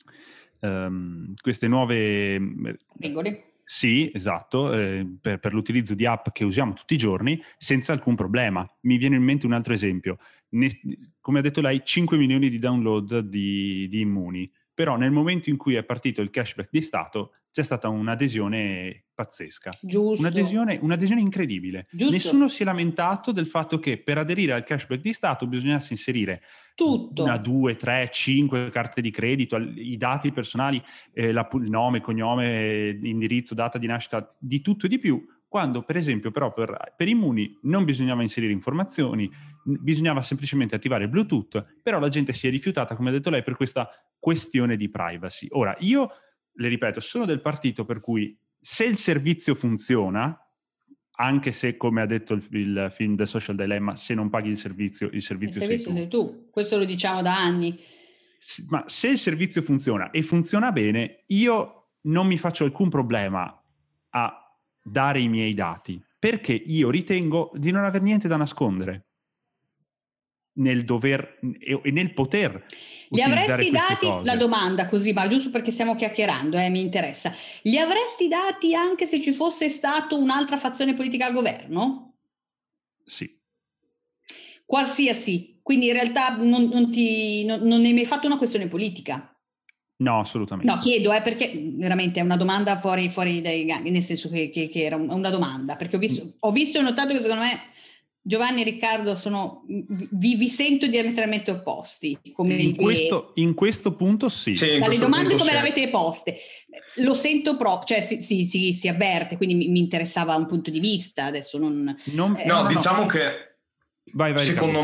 regole. Sì, esatto, per l'utilizzo di app che usiamo tutti i giorni senza alcun problema. Mi viene in mente un altro esempio. Come ha detto lei, 5 milioni di download di Immuni, però nel momento in cui è partito il cashback di Stato c'è stata un'adesione pazzesca. Giusto. Un'adesione incredibile. Giusto. Nessuno si è lamentato del fatto che per aderire al cashback di Stato bisognasse inserire tutto. 1, 2, 3, 5 carte di credito, i dati personali, il nome, cognome, indirizzo, data di nascita, di tutto e di più, quando per esempio però per Immuni non bisognava inserire informazioni, bisognava semplicemente attivare il Bluetooth, però la gente si è rifiutata, come ha detto lei, per questa questione di privacy. Ora, io le ripeto, sono del partito per cui se il servizio funziona, anche se, come ha detto il film The Social Dilemma, se non paghi il servizio sei tu. Questo lo diciamo da anni. Ma se il servizio funziona e funziona bene, io non mi faccio alcun problema a dare i miei dati, perché io ritengo di non aver niente da nascondere nel dover e nel poter Li utilizzare avresti queste dati, cose. la domanda così, ma giusto perché stiamo chiacchierando, mi interessa. Li avresti dati anche se ci fosse stato un'altra fazione politica al governo? Sì. Qualsiasi, quindi in realtà non ne hai mai fatto una questione politica? No, assolutamente. No, chiedo, perché veramente è una domanda fuori dai ganghi, nel senso che era una domanda, perché ho visto e ho notato che secondo me Giovanni e Riccardo vi sento diametralmente opposti come idee. In questo punto sì. Dalle domande come le avete poste lo sento proprio, cioè si avverte, quindi mi interessava un punto di vista, adesso non... No, diciamo che vai, secondo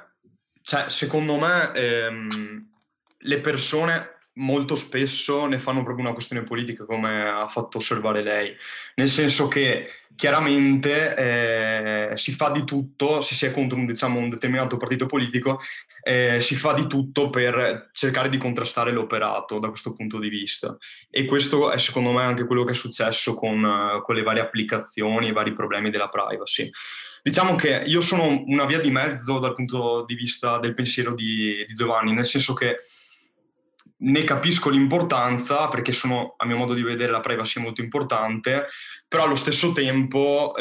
me le persone molto spesso ne fanno proprio una questione politica, come ha fatto osservare lei, nel senso che chiaramente si fa di tutto, se si è contro un determinato partito politico, si fa di tutto per cercare di contrastare l'operato da questo punto di vista, e questo è secondo me anche quello che è successo con le varie applicazioni e i vari problemi della privacy. Diciamo che io sono una via di mezzo dal punto di vista del pensiero di Giovanni, nel senso che ne capisco l'importanza, perché a mio modo di vedere la privacy è molto importante, però allo stesso tempo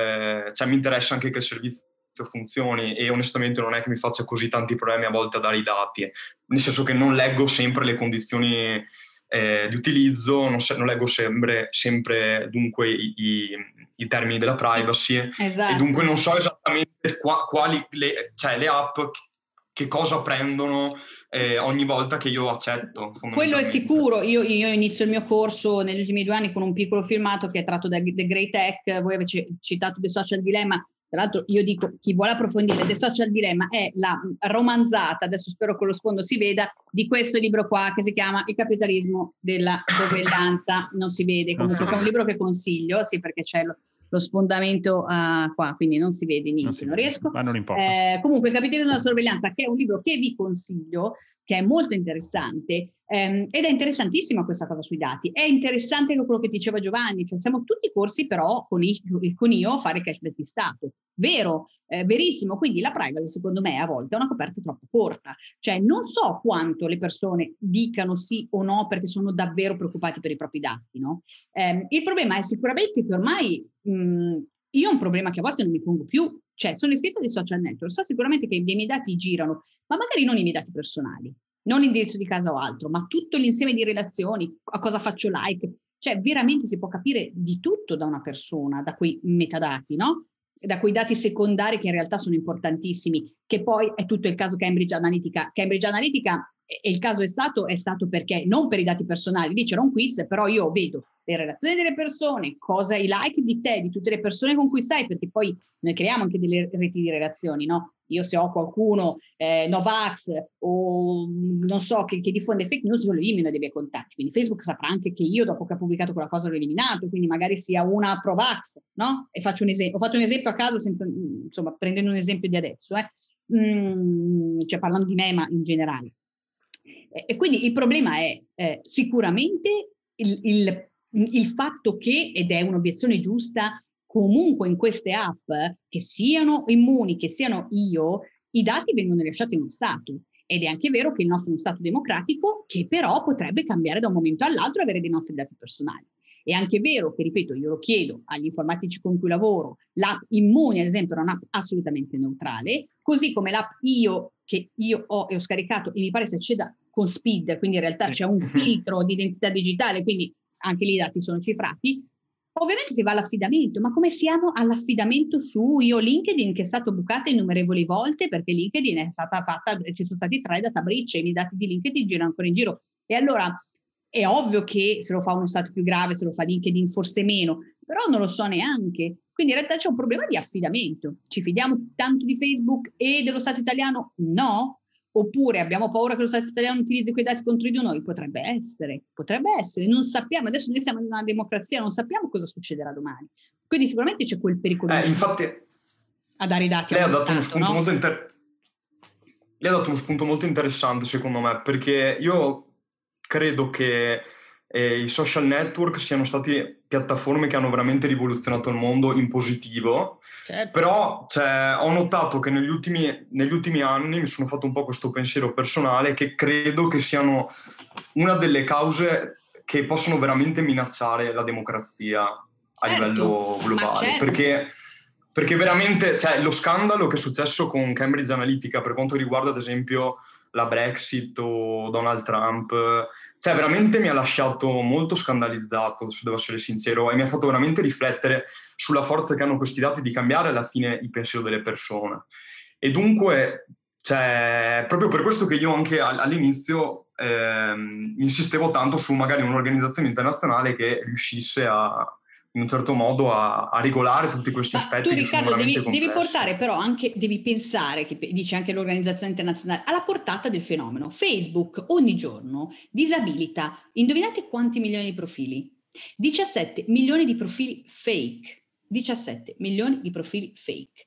mi interessa anche che il servizio funzioni, e onestamente non è che mi faccia così tanti problemi a volte a dare i dati, nel senso che non leggo sempre le condizioni di utilizzo, non leggo sempre dunque i termini della privacy, esatto. E dunque non so esattamente quali le app che cosa prendono ogni volta che io accetto. Quello è sicuro. Io inizio il mio corso negli ultimi 2 anni con un piccolo filmato che è tratto da The Great Hack. Voi avete citato The Social Dilemma. Tra l'altro io dico, chi vuole approfondire The Social Dilemma è la romanzata, adesso spero che lo sfondo si veda, di questo libro qua che si chiama Il capitalismo della sorveglianza. Non si vede, comunque è un libro che consiglio, sì, perché c'è lo sfondamento qua, quindi non si vede niente, non riesco. Ma non importa. Comunque Il capitalismo della sorveglianza, che è un libro che vi consiglio, che è molto interessante, ed è interessantissima questa cosa sui dati. È interessante quello che diceva Giovanni, cioè siamo tutti corsi però con io a fare cashback di Stato. Vero, verissimo. Quindi la privacy secondo me a volte è una coperta troppo corta, cioè non so quanto le persone dicano sì o no perché sono davvero preoccupati per i propri dati, no? Il problema è sicuramente che ormai io ho un problema che a volte non mi pongo più, cioè sono iscritta ai social network, so sicuramente che i miei dati girano, ma magari non i miei dati personali, non l'indirizzo di casa o altro, ma tutto l'insieme di relazioni, a cosa faccio like, cioè veramente si può capire di tutto da una persona, da quei metadati, no? Da quei dati secondari che in realtà sono importantissimi, che poi è tutto il caso Cambridge Analytica. Cambridge Analytica, e il caso è stato perché non per i dati personali, lì c'era un quiz, però io vedo le relazioni delle persone, i like di te, di tutte le persone con cui stai, perché poi noi creiamo anche delle reti di relazioni, no? Io se ho qualcuno Novax o non so che diffonde fake news, io lo elimino dai miei contatti, quindi Facebook saprà anche che io dopo che ho pubblicato quella cosa l'ho eliminato, quindi magari sia una Provax, no? E faccio un esempio, ho fatto un esempio a caso senza, insomma, prendendo un esempio di adesso, cioè parlando di me ma in generale. E quindi il problema è sicuramente il fatto che, ed è un'obiezione giusta, comunque in queste app, che siano Immuni, che siano Io, i dati vengono lasciati in uno Stato. Ed è anche vero che il nostro è uno Stato democratico che però potrebbe cambiare da un momento all'altro e avere dei nostri dati personali. È anche vero che, ripeto, io lo chiedo agli informatici con cui lavoro, l'app Immuni, ad esempio, è un'app assolutamente neutrale, così come l'app Io, che io ho e ho scaricato e mi pare si acceda con Speed, quindi in realtà c'è un filtro di identità digitale, quindi anche lì i dati sono cifrati. Ovviamente si va all'affidamento, ma come siamo all'affidamento su LinkedIn, che è stato bucato innumerevoli volte perché LinkedIn è stata fatta, ci sono stati 3 data breach e i dati di LinkedIn girano ancora in giro. E allora è ovvio che se lo fa uno stato più grave, se lo fa LinkedIn forse meno, però non lo so neanche. Quindi in realtà c'è un problema di affidamento. Ci fidiamo tanto di Facebook e dello Stato italiano? No. Oppure abbiamo paura che lo Stato italiano utilizzi quei dati contro di noi? Potrebbe essere, non sappiamo, adesso noi siamo in una democrazia, non sappiamo cosa succederà domani. Quindi sicuramente c'è quel pericolo infatti, a dare i dati. Lei ha dato uno spunto molto interessante secondo me, perché io credo che i social network siano stati piattaforme che hanno veramente rivoluzionato il mondo in positivo, certo. Però ho notato che negli ultimi anni mi sono fatto un po' questo pensiero personale che credo che siano una delle cause che possono veramente minacciare la democrazia a livello globale, certo. Perché veramente lo scandalo che è successo con Cambridge Analytica per quanto riguarda ad esempio la Brexit o Donald Trump, veramente mi ha lasciato molto scandalizzato, se devo essere sincero, e mi ha fatto veramente riflettere sulla forza che hanno questi dati di cambiare alla fine il pensiero delle persone. E dunque, proprio per questo che io anche all'inizio insistevo tanto su magari un'organizzazione internazionale che riuscisse in un certo modo a regolare tutti questi aspetti. Tu, Riccardo, devi portare però anche, devi pensare, che dice anche l'organizzazione internazionale, alla portata del fenomeno. Facebook ogni giorno disabilita, indovinate quanti milioni di profili? 17 milioni di profili fake. 17 milioni di profili fake.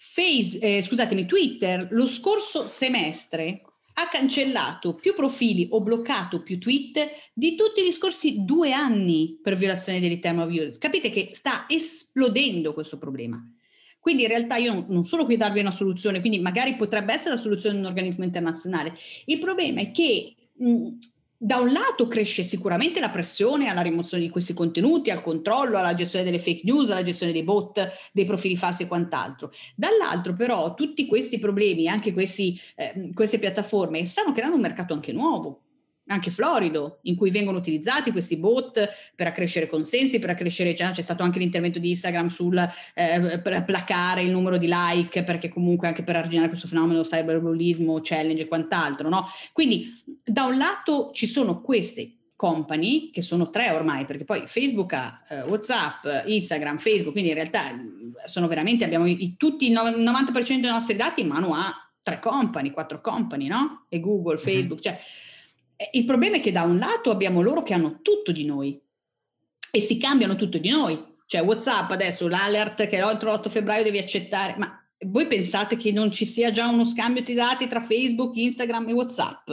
Twitter lo scorso semestre ha cancellato più profili o bloccato più tweet di tutti gli scorsi 2 anni per violazione dei term of use. Capite che sta esplodendo questo problema. Quindi in realtà io non sono qui a darvi una soluzione, quindi magari potrebbe essere la soluzione di un organismo internazionale. Il problema è che da un lato cresce sicuramente la pressione alla rimozione di questi contenuti, al controllo, alla gestione delle fake news, alla gestione dei bot, dei profili falsi e quant'altro. Dall'altro però tutti questi problemi, anche queste piattaforme, stanno creando un mercato anche nuovo, anche florido, in cui vengono utilizzati questi bot per accrescere consensi, per accrescere, c'è stato anche l'intervento di Instagram per placare il numero di like, perché comunque anche per arginare questo fenomeno cyberbullismo, challenge e quant'altro, no? Quindi da un lato ci sono queste company, che sono 3 ormai, perché poi Facebook ha WhatsApp, Instagram, Facebook, quindi in realtà sono veramente, abbiamo tutti il 90% dei nostri dati in mano a 3 company, 4 company, no? E Google, Facebook, il problema è che da un lato abbiamo loro che hanno tutto di noi e si cambiano tutto di noi. WhatsApp adesso, l'alert che oltre l'8 febbraio devi accettare, ma voi pensate che non ci sia già uno scambio di dati tra Facebook, Instagram e WhatsApp?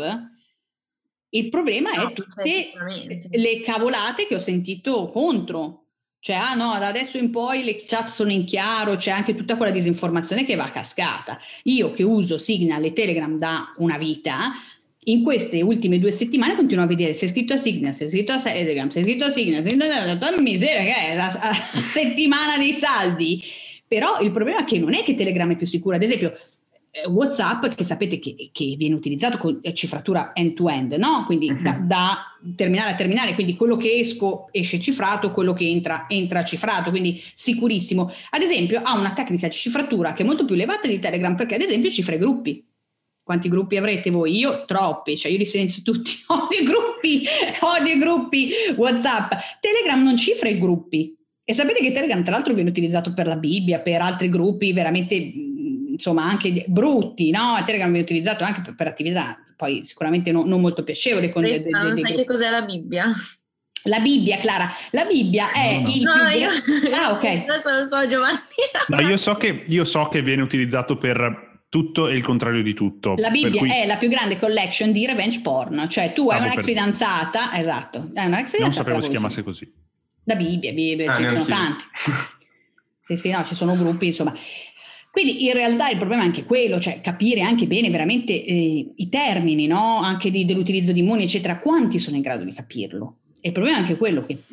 Il problema è tutte le cavolate che ho sentito contro. Da adesso in poi le chat sono in chiaro, c'è anche tutta quella disinformazione che va a cascata. Io che uso Signal e Telegram da una vita, in queste ultime 2 settimane continuo a vedere se è scritto a Signal, se è scritto a Telegram, se è scritto a Signal, miseria che è la settimana dei saldi. Però il problema è che non è che Telegram è più sicuro. Ad esempio WhatsApp, che sapete che viene utilizzato con cifratura end-to-end, no? Quindi da terminale a terminale, quindi quello che esce cifrato, quello che entra cifrato, quindi sicurissimo. Ad esempio ha una tecnica di cifratura che è molto più elevata di Telegram, perché ad esempio cifra i gruppi. Quanti gruppi avrete voi? Io troppi, io li silenzio tutti, odio i gruppi WhatsApp. Telegram non cifra i gruppi. E sapete che Telegram tra l'altro viene utilizzato per la Bibbia, per altri gruppi veramente, anche brutti, no? Telegram viene utilizzato anche per attività, poi sicuramente non molto piacevoli. Non sai che cos'è la Bibbia? La Bibbia, Clara, la Bibbia è ok. Adesso lo so, Giovanni. No, io so che viene utilizzato per tutto e il contrario di tutto. La Bibbia è la più grande collection di revenge porn, tu hai una ex fidanzata, esatto, hai una ex fidanzata. Non sapevo si chiamasse così. La Bibbia, ci sono tanti. Sì, ci sono gruppi, insomma. Quindi in realtà il problema è anche quello, capire anche bene veramente i termini, no? Anche dell'utilizzo di immuni, eccetera, quanti sono in grado di capirlo. E il problema è anche quello che,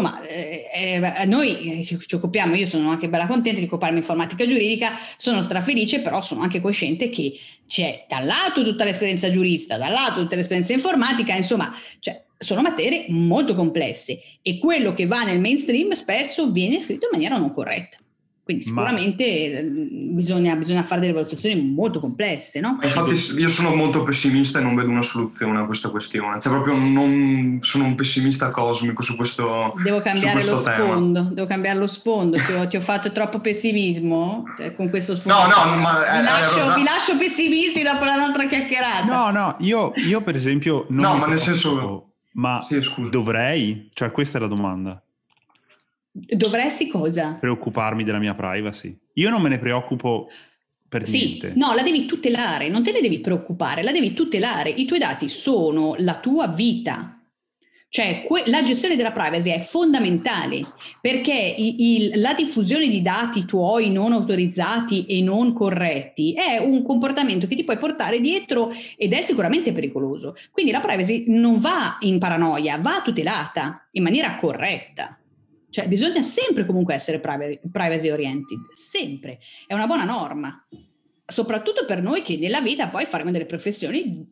noi ci occupiamo, io sono anche bella contenta di occuparmi di informatica giuridica, sono strafelice, però sono anche cosciente che c'è da un lato tutta l'esperienza giurista, dall'altro tutta l'esperienza informatica, sono materie molto complesse e quello che va nel mainstream spesso viene scritto in maniera non corretta. Quindi sicuramente bisogna fare delle valutazioni molto complesse, no? Infatti io sono molto pessimista e non vedo una soluzione a questa questione. Proprio non sono un pessimista cosmico su questo Devo cambiare su questo lo sfondo. tema. Devo cambiare lo sfondo. Ti ho fatto troppo pessimismo con questo sfondo. No, ma vi lascio pessimisti dopo la nostra chiacchierata. No, io per esempio non no, ma nel senso sì, dovrei? Questa è la domanda. Dovresti cosa? Preoccuparmi della mia privacy. Io non me ne preoccupo per niente. No, la devi tutelare, non te ne devi preoccupare, la devi tutelare. I tuoi dati sono la tua vita. Cioè la gestione della privacy è fondamentale, perché la diffusione di dati tuoi non autorizzati e non corretti è un comportamento che ti puoi portare dietro ed è sicuramente pericoloso. Quindi la privacy non va in paranoia, va tutelata in maniera corretta. Cioè bisogna sempre comunque essere privacy oriented, sempre. È una buona norma. Soprattutto per noi che nella vita poi faremo delle professioni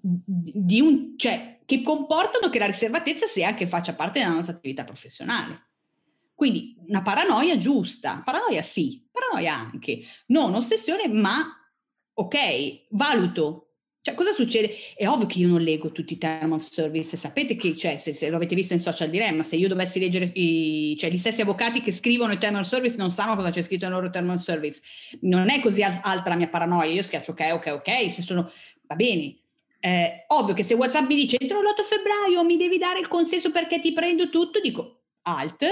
che comportano che la riservatezza sia anche faccia parte della nostra attività professionale. Quindi una paranoia giusta, paranoia sì, paranoia anche, non ossessione, ma ok, valuto. Cioè, cosa succede? È ovvio che io non leggo tutti i term of service, sapete che, cioè, se lo avete visto in Social Dilemma, se io dovessi leggere gli stessi avvocati che scrivono i term of service non sanno cosa c'è scritto nel loro term of service. Non è così alta la mia paranoia, io schiaccio ok, se sono, va bene. Ovvio che se WhatsApp mi dice entro l'8 febbraio mi devi dare il consenso perché ti prendo tutto, dico alt,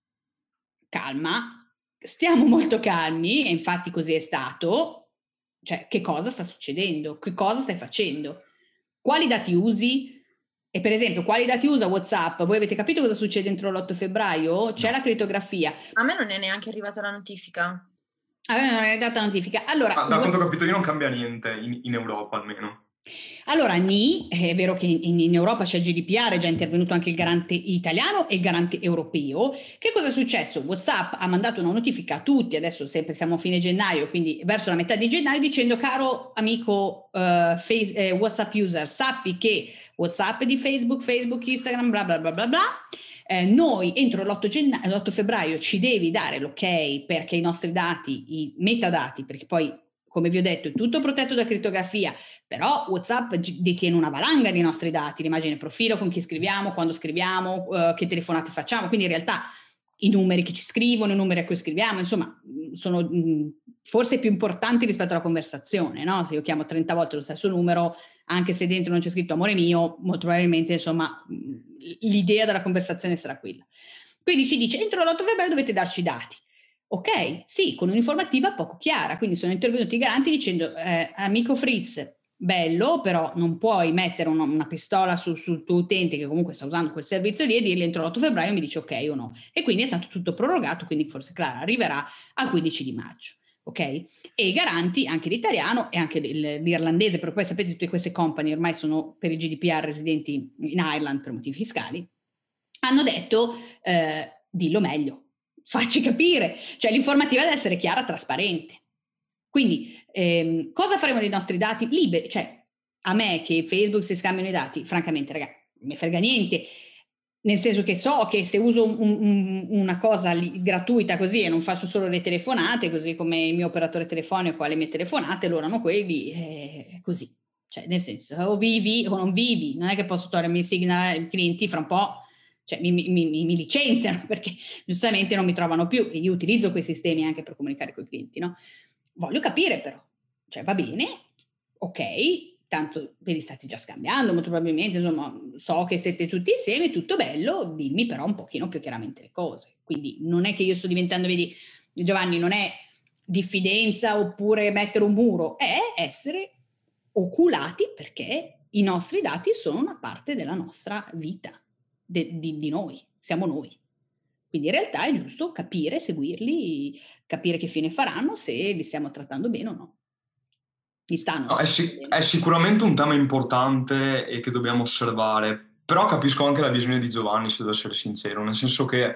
calma, stiamo molto calmi, e infatti così è stato. Cioè, che cosa sta succedendo? Che cosa stai facendo? Quali dati usi? E per esempio, quali dati usa WhatsApp? Voi avete capito cosa succede entro l'8 febbraio? C'è la crittografia. A me non è neanche arrivata la notifica. A me non è arrivata la notifica. Allora, da quanto ho capito io non cambia niente in Europa almeno. Allora, è vero che in Europa c'è il GDPR, è già intervenuto anche il garante italiano e il garante europeo. Che cosa è successo? WhatsApp ha mandato una notifica a tutti, adesso sempre siamo a fine gennaio, quindi verso la metà di gennaio, dicendo: caro amico WhatsApp user, sappi che WhatsApp è di Facebook, Instagram, bla bla bla bla bla. Noi entro l'8 febbraio ci devi dare l'ok perché i nostri dati, i metadati, perché poi come vi ho detto, è tutto protetto da crittografia, però WhatsApp detiene una valanga dei nostri dati, l'immagine profilo, con chi scriviamo, quando scriviamo, che telefonate facciamo, quindi in realtà i numeri che ci scrivono, i numeri a cui scriviamo, insomma, sono forse più importanti rispetto alla conversazione, no? Se io chiamo 30 volte lo stesso numero, anche se dentro non c'è scritto amore mio, molto probabilmente, insomma, l'idea della conversazione sarà quella. Quindi ci dice, entro l'8 febbraio dovete darci i dati. Ok, sì, con un'informativa poco chiara, quindi sono intervenuti i garanti dicendo amico Fritz, bello, però non puoi mettere una pistola sul tuo utente che comunque sta usando quel servizio lì e dirgli entro l'8 febbraio mi dice ok o no. E quindi è stato tutto prorogato, quindi forse Clara arriverà al 15 di maggio. Ok? E i garanti, anche l'italiano e anche l'irlandese, però poi sapete tutte queste company ormai sono per il GDPR residenti in Ireland per motivi fiscali, hanno detto dillo meglio. Facci capire, cioè l'informativa deve essere chiara, trasparente. Quindi cosa faremo dei nostri dati liberi? Cioè a me che Facebook si scambiano i dati, francamente raga, non mi frega niente, nel senso che so che se uso una cosa gratuita così e non faccio solo le telefonate, così come il mio operatore telefonico ha le mie telefonate, loro hanno quelli, così. Cioè nel senso, o vivi o non vivi, non è che posso togliermi i signal clienti fra un po'. Cioè mi licenziano perché giustamente non mi trovano più e io utilizzo quei sistemi anche per comunicare con i clienti, no? Voglio capire però, cioè va bene, ok, tanto ve li state già scambiando molto probabilmente, insomma so che siete tutti insieme, tutto bello, dimmi però un pochino più chiaramente le cose. Quindi non è che io sto diventando, vedi Giovanni, non è diffidenza oppure mettere un muro, è essere oculati perché i nostri dati sono una parte della nostra vita. Di noi, siamo noi. Quindi in realtà è giusto capire, seguirli, capire che fine faranno, se li stiamo trattando bene o no. Li stanno. No, è sicuramente un tema importante e che dobbiamo osservare, però capisco anche la visione di Giovanni, se devo essere sincero, nel senso che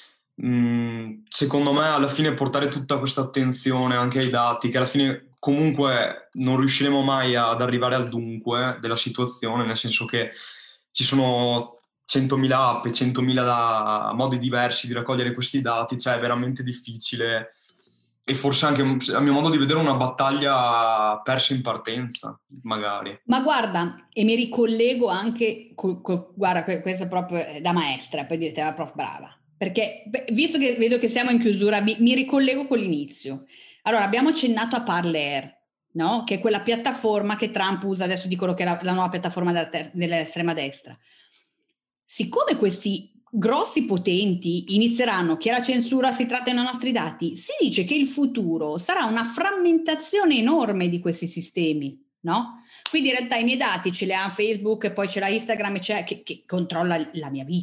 secondo me alla fine portare tutta questa attenzione anche ai dati, che alla fine comunque non riusciremo mai ad arrivare al dunque della situazione, nel senso che ci sono 100.000 app e 100.000 modi diversi di raccogliere questi dati, cioè è veramente difficile e forse anche, a mio modo di vedere, una battaglia persa in partenza, magari. Ma guarda, e mi ricollego anche, guarda, questa è proprio da maestra, poi direte la prof brava, perché visto che vedo che siamo in chiusura, mi ricollego con l'inizio. Allora, abbiamo accennato a Parler, no? Che è quella piattaforma che Trump usa, adesso dicono che è la nuova piattaforma dell'estrema destra. Siccome questi grossi potenti inizieranno che la censura si tratta dei nostri dati, si dice che il futuro sarà una frammentazione enorme di questi sistemi, no? Quindi in realtà i miei dati ce li ha Facebook e poi ce l'ha Instagram e che controlla la mia vita.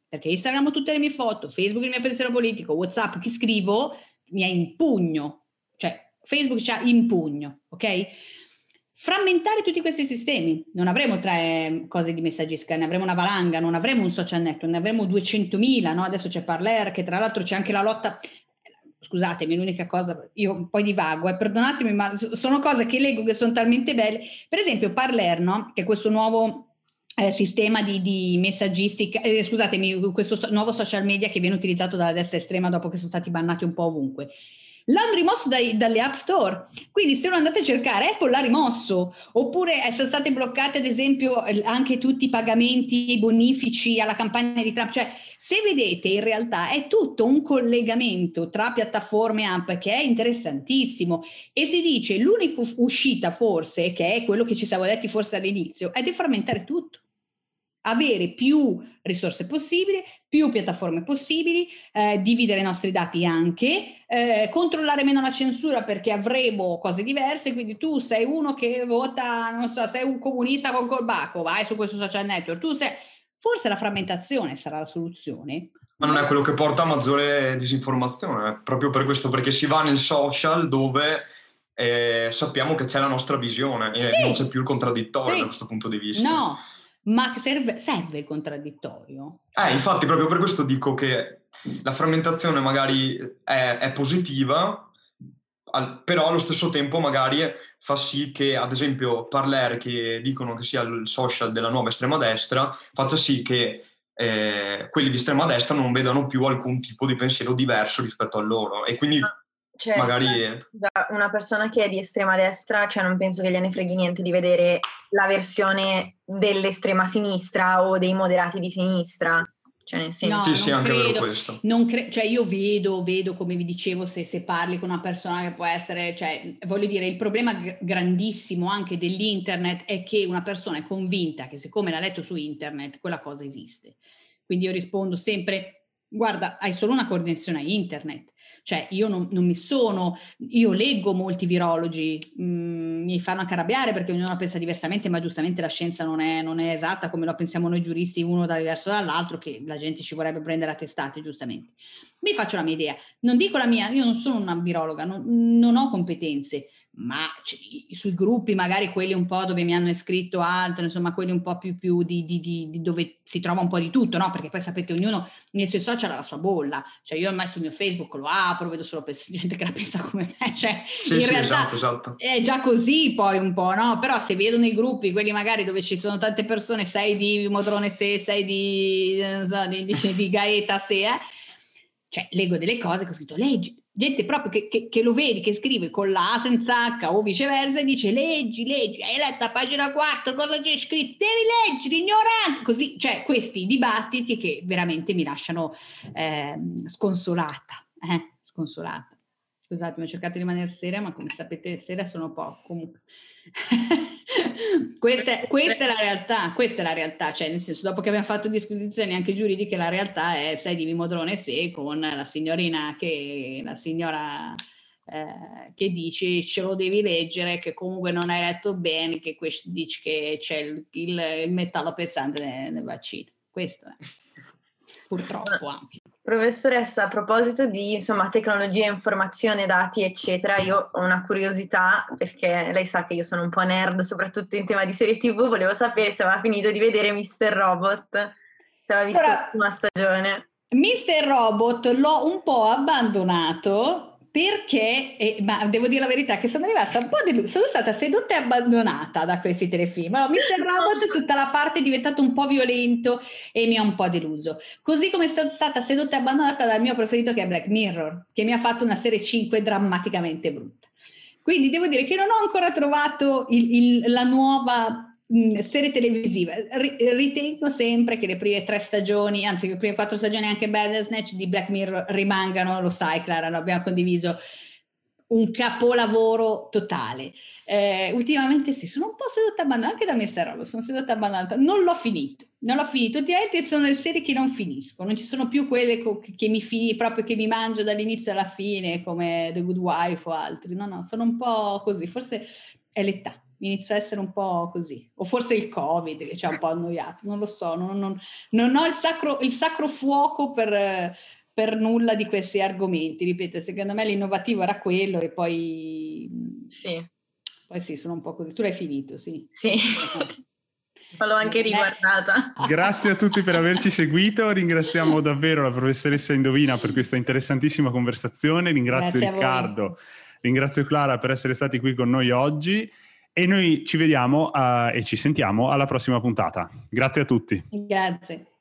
perché Instagram ho tutte le mie foto, Facebook il mio pensiero politico, WhatsApp che scrivo mi ha in pugno, cioè Facebook c'ha in pugno, ok? Frammentare tutti questi sistemi, non avremo 3 cose di messaggistica, ne avremo una valanga, non avremo un social network, ne avremo 200.000, no? Adesso c'è Parler, che tra l'altro c'è anche la lotta. Scusatemi, l'unica cosa, io un po' divago, perdonatemi, ma sono cose che leggo che sono talmente belle. Per esempio Parler, no? Che è questo nuovo sistema di messaggistica, scusatemi, questo nuovo social media che viene utilizzato dalla destra estrema dopo che sono stati bannati un po' ovunque. L'hanno rimosso dalle App Store, quindi se lo andate a cercare Apple l'ha rimosso, oppure sono state bloccate ad esempio anche tutti i pagamenti bonifici alla campagna di Trump, cioè se vedete in realtà è tutto un collegamento tra piattaforme e app che è interessantissimo, e si dice l'unica uscita forse, che è quello che ci siamo detti forse all'inizio, è di frammentare tutto. Avere più risorse possibili, più piattaforme possibili, dividere i nostri dati anche, controllare meno la censura perché avremo cose diverse, quindi tu sei uno che vota, non so, sei un comunista con Colbacco, vai su questo social network, forse la frammentazione sarà la soluzione. Ma non è quello che porta a maggiore disinformazione, proprio per questo, perché si va nel social dove sappiamo che c'è la nostra visione e non c'è più il contraddittorio da questo punto di vista. No. Ma serve il contraddittorio? Infatti proprio per questo dico che la frammentazione magari è positiva, però allo stesso tempo magari fa sì che, ad esempio, Parler, che dicono che sia il social della nuova estrema destra, faccia sì che quelli di estrema destra non vedano più alcun tipo di pensiero diverso rispetto a loro, e quindi cioè, magari da una persona che è di estrema destra, cioè non penso che gliene freghi niente di vedere la versione dell'estrema sinistra o dei moderati di sinistra, cioè nel senso. No, sì, anche vero questo. Cioè io vedo come vi dicevo, se parli con una persona che può essere, cioè voglio dire, il problema grandissimo anche dell'internet è che una persona è convinta che siccome l'ha letto su internet quella cosa esiste, quindi io rispondo sempre: guarda, hai solo una connessione a internet, cioè io io leggo molti virologi, mi fanno anche arrabbiare perché ognuno pensa diversamente, ma giustamente la scienza non è esatta come lo pensiamo noi giuristi, uno diverso dall'altro, che la gente ci vorrebbe prendere a testate, giustamente. Mi faccio la mia idea, non dico la mia, io non sono una virologa, non ho competenze, ma sui gruppi magari quelli un po' dove mi hanno iscritto altro, insomma quelli un po' più di dove si trova un po' di tutto, no? Perché poi sapete ognuno nei suoi social ha la sua bolla, cioè io ormai sul mio Facebook lo apro, vedo solo gente che la pensa come me, cioè in realtà esatto. è già così poi un po', no? Però se vedo nei gruppi quelli magari dove ci sono tante persone, sei di Modrone se, sei di Gaeta se, cioè leggo delle cose che ho scritto leggi, gente proprio che lo vedi, che scrive con la A senza H o viceversa e dice leggi, hai letto a pagina 4 cosa c'è scritto, devi leggere, ignorante, così, cioè questi dibattiti che veramente mi lasciano sconsolata. Scusate, ho cercato di rimanere seria, ma come sapete seria sono poco, comunque. questa è la realtà, cioè nel senso, dopo che abbiamo fatto disquisizioni anche giuridiche, la realtà è sei di Modrone se con la signora che dice ce lo devi leggere, che comunque non hai letto bene, che dice che c'è il metallo pesante nel vaccino. Questo è purtroppo anche. Professoressa, a proposito di insomma tecnologia, informazione, dati eccetera, io ho una curiosità, perché lei sa che io sono un po' nerd soprattutto in tema di serie TV, volevo sapere se aveva finito di vedere Mr. Robot, se aveva visto l'ultima stagione. Mr. Robot l'ho un po' abbandonato perché, ma devo dire la verità, che sono rimasta un po' sono stata sedotta e abbandonata da questi telefilm. Allora, Mr. Robot tutta la parte è diventato un po' violento e mi ha un po' deluso. Così come sono stata sedotta e abbandonata dal mio preferito che è Black Mirror, che mi ha fatto una serie 5 drammaticamente brutta. Quindi devo dire che non ho ancora trovato la nuova serie televisiva. Ritengo sempre che le prime 3 stagioni, anzi le prime 4 stagioni anche Bandersnatch di Black Mirror rimangano, lo sai Clara, lo abbiamo condiviso, un capolavoro totale. Ultimamente sì, sono un po' sedotta abbandonata, anche da Mr. Robot sono sedotta abbandonata, non l'ho finito, ultimamente sono le serie che non finisco, non ci sono più quelle che proprio che mi mangio dall'inizio alla fine come The Good Wife o altri, no, sono un po' così, forse è l'età. inizio a essere un po' così, o forse il Covid che ci ha un po' annoiato, non lo so, non ho il sacro fuoco per nulla di questi argomenti, ripeto, secondo me l'innovativo era quello e poi sì, sono un po' così. Tu l'hai finito, sì. Sì. L'ho anche riguardata. Grazie a tutti per averci seguito, ringraziamo davvero la professoressa Indovina per questa interessantissima conversazione, ringrazio Riccardo, ringrazio Clara per essere stati qui con noi oggi e noi ci vediamo e ci sentiamo alla prossima puntata. Grazie a tutti. Grazie.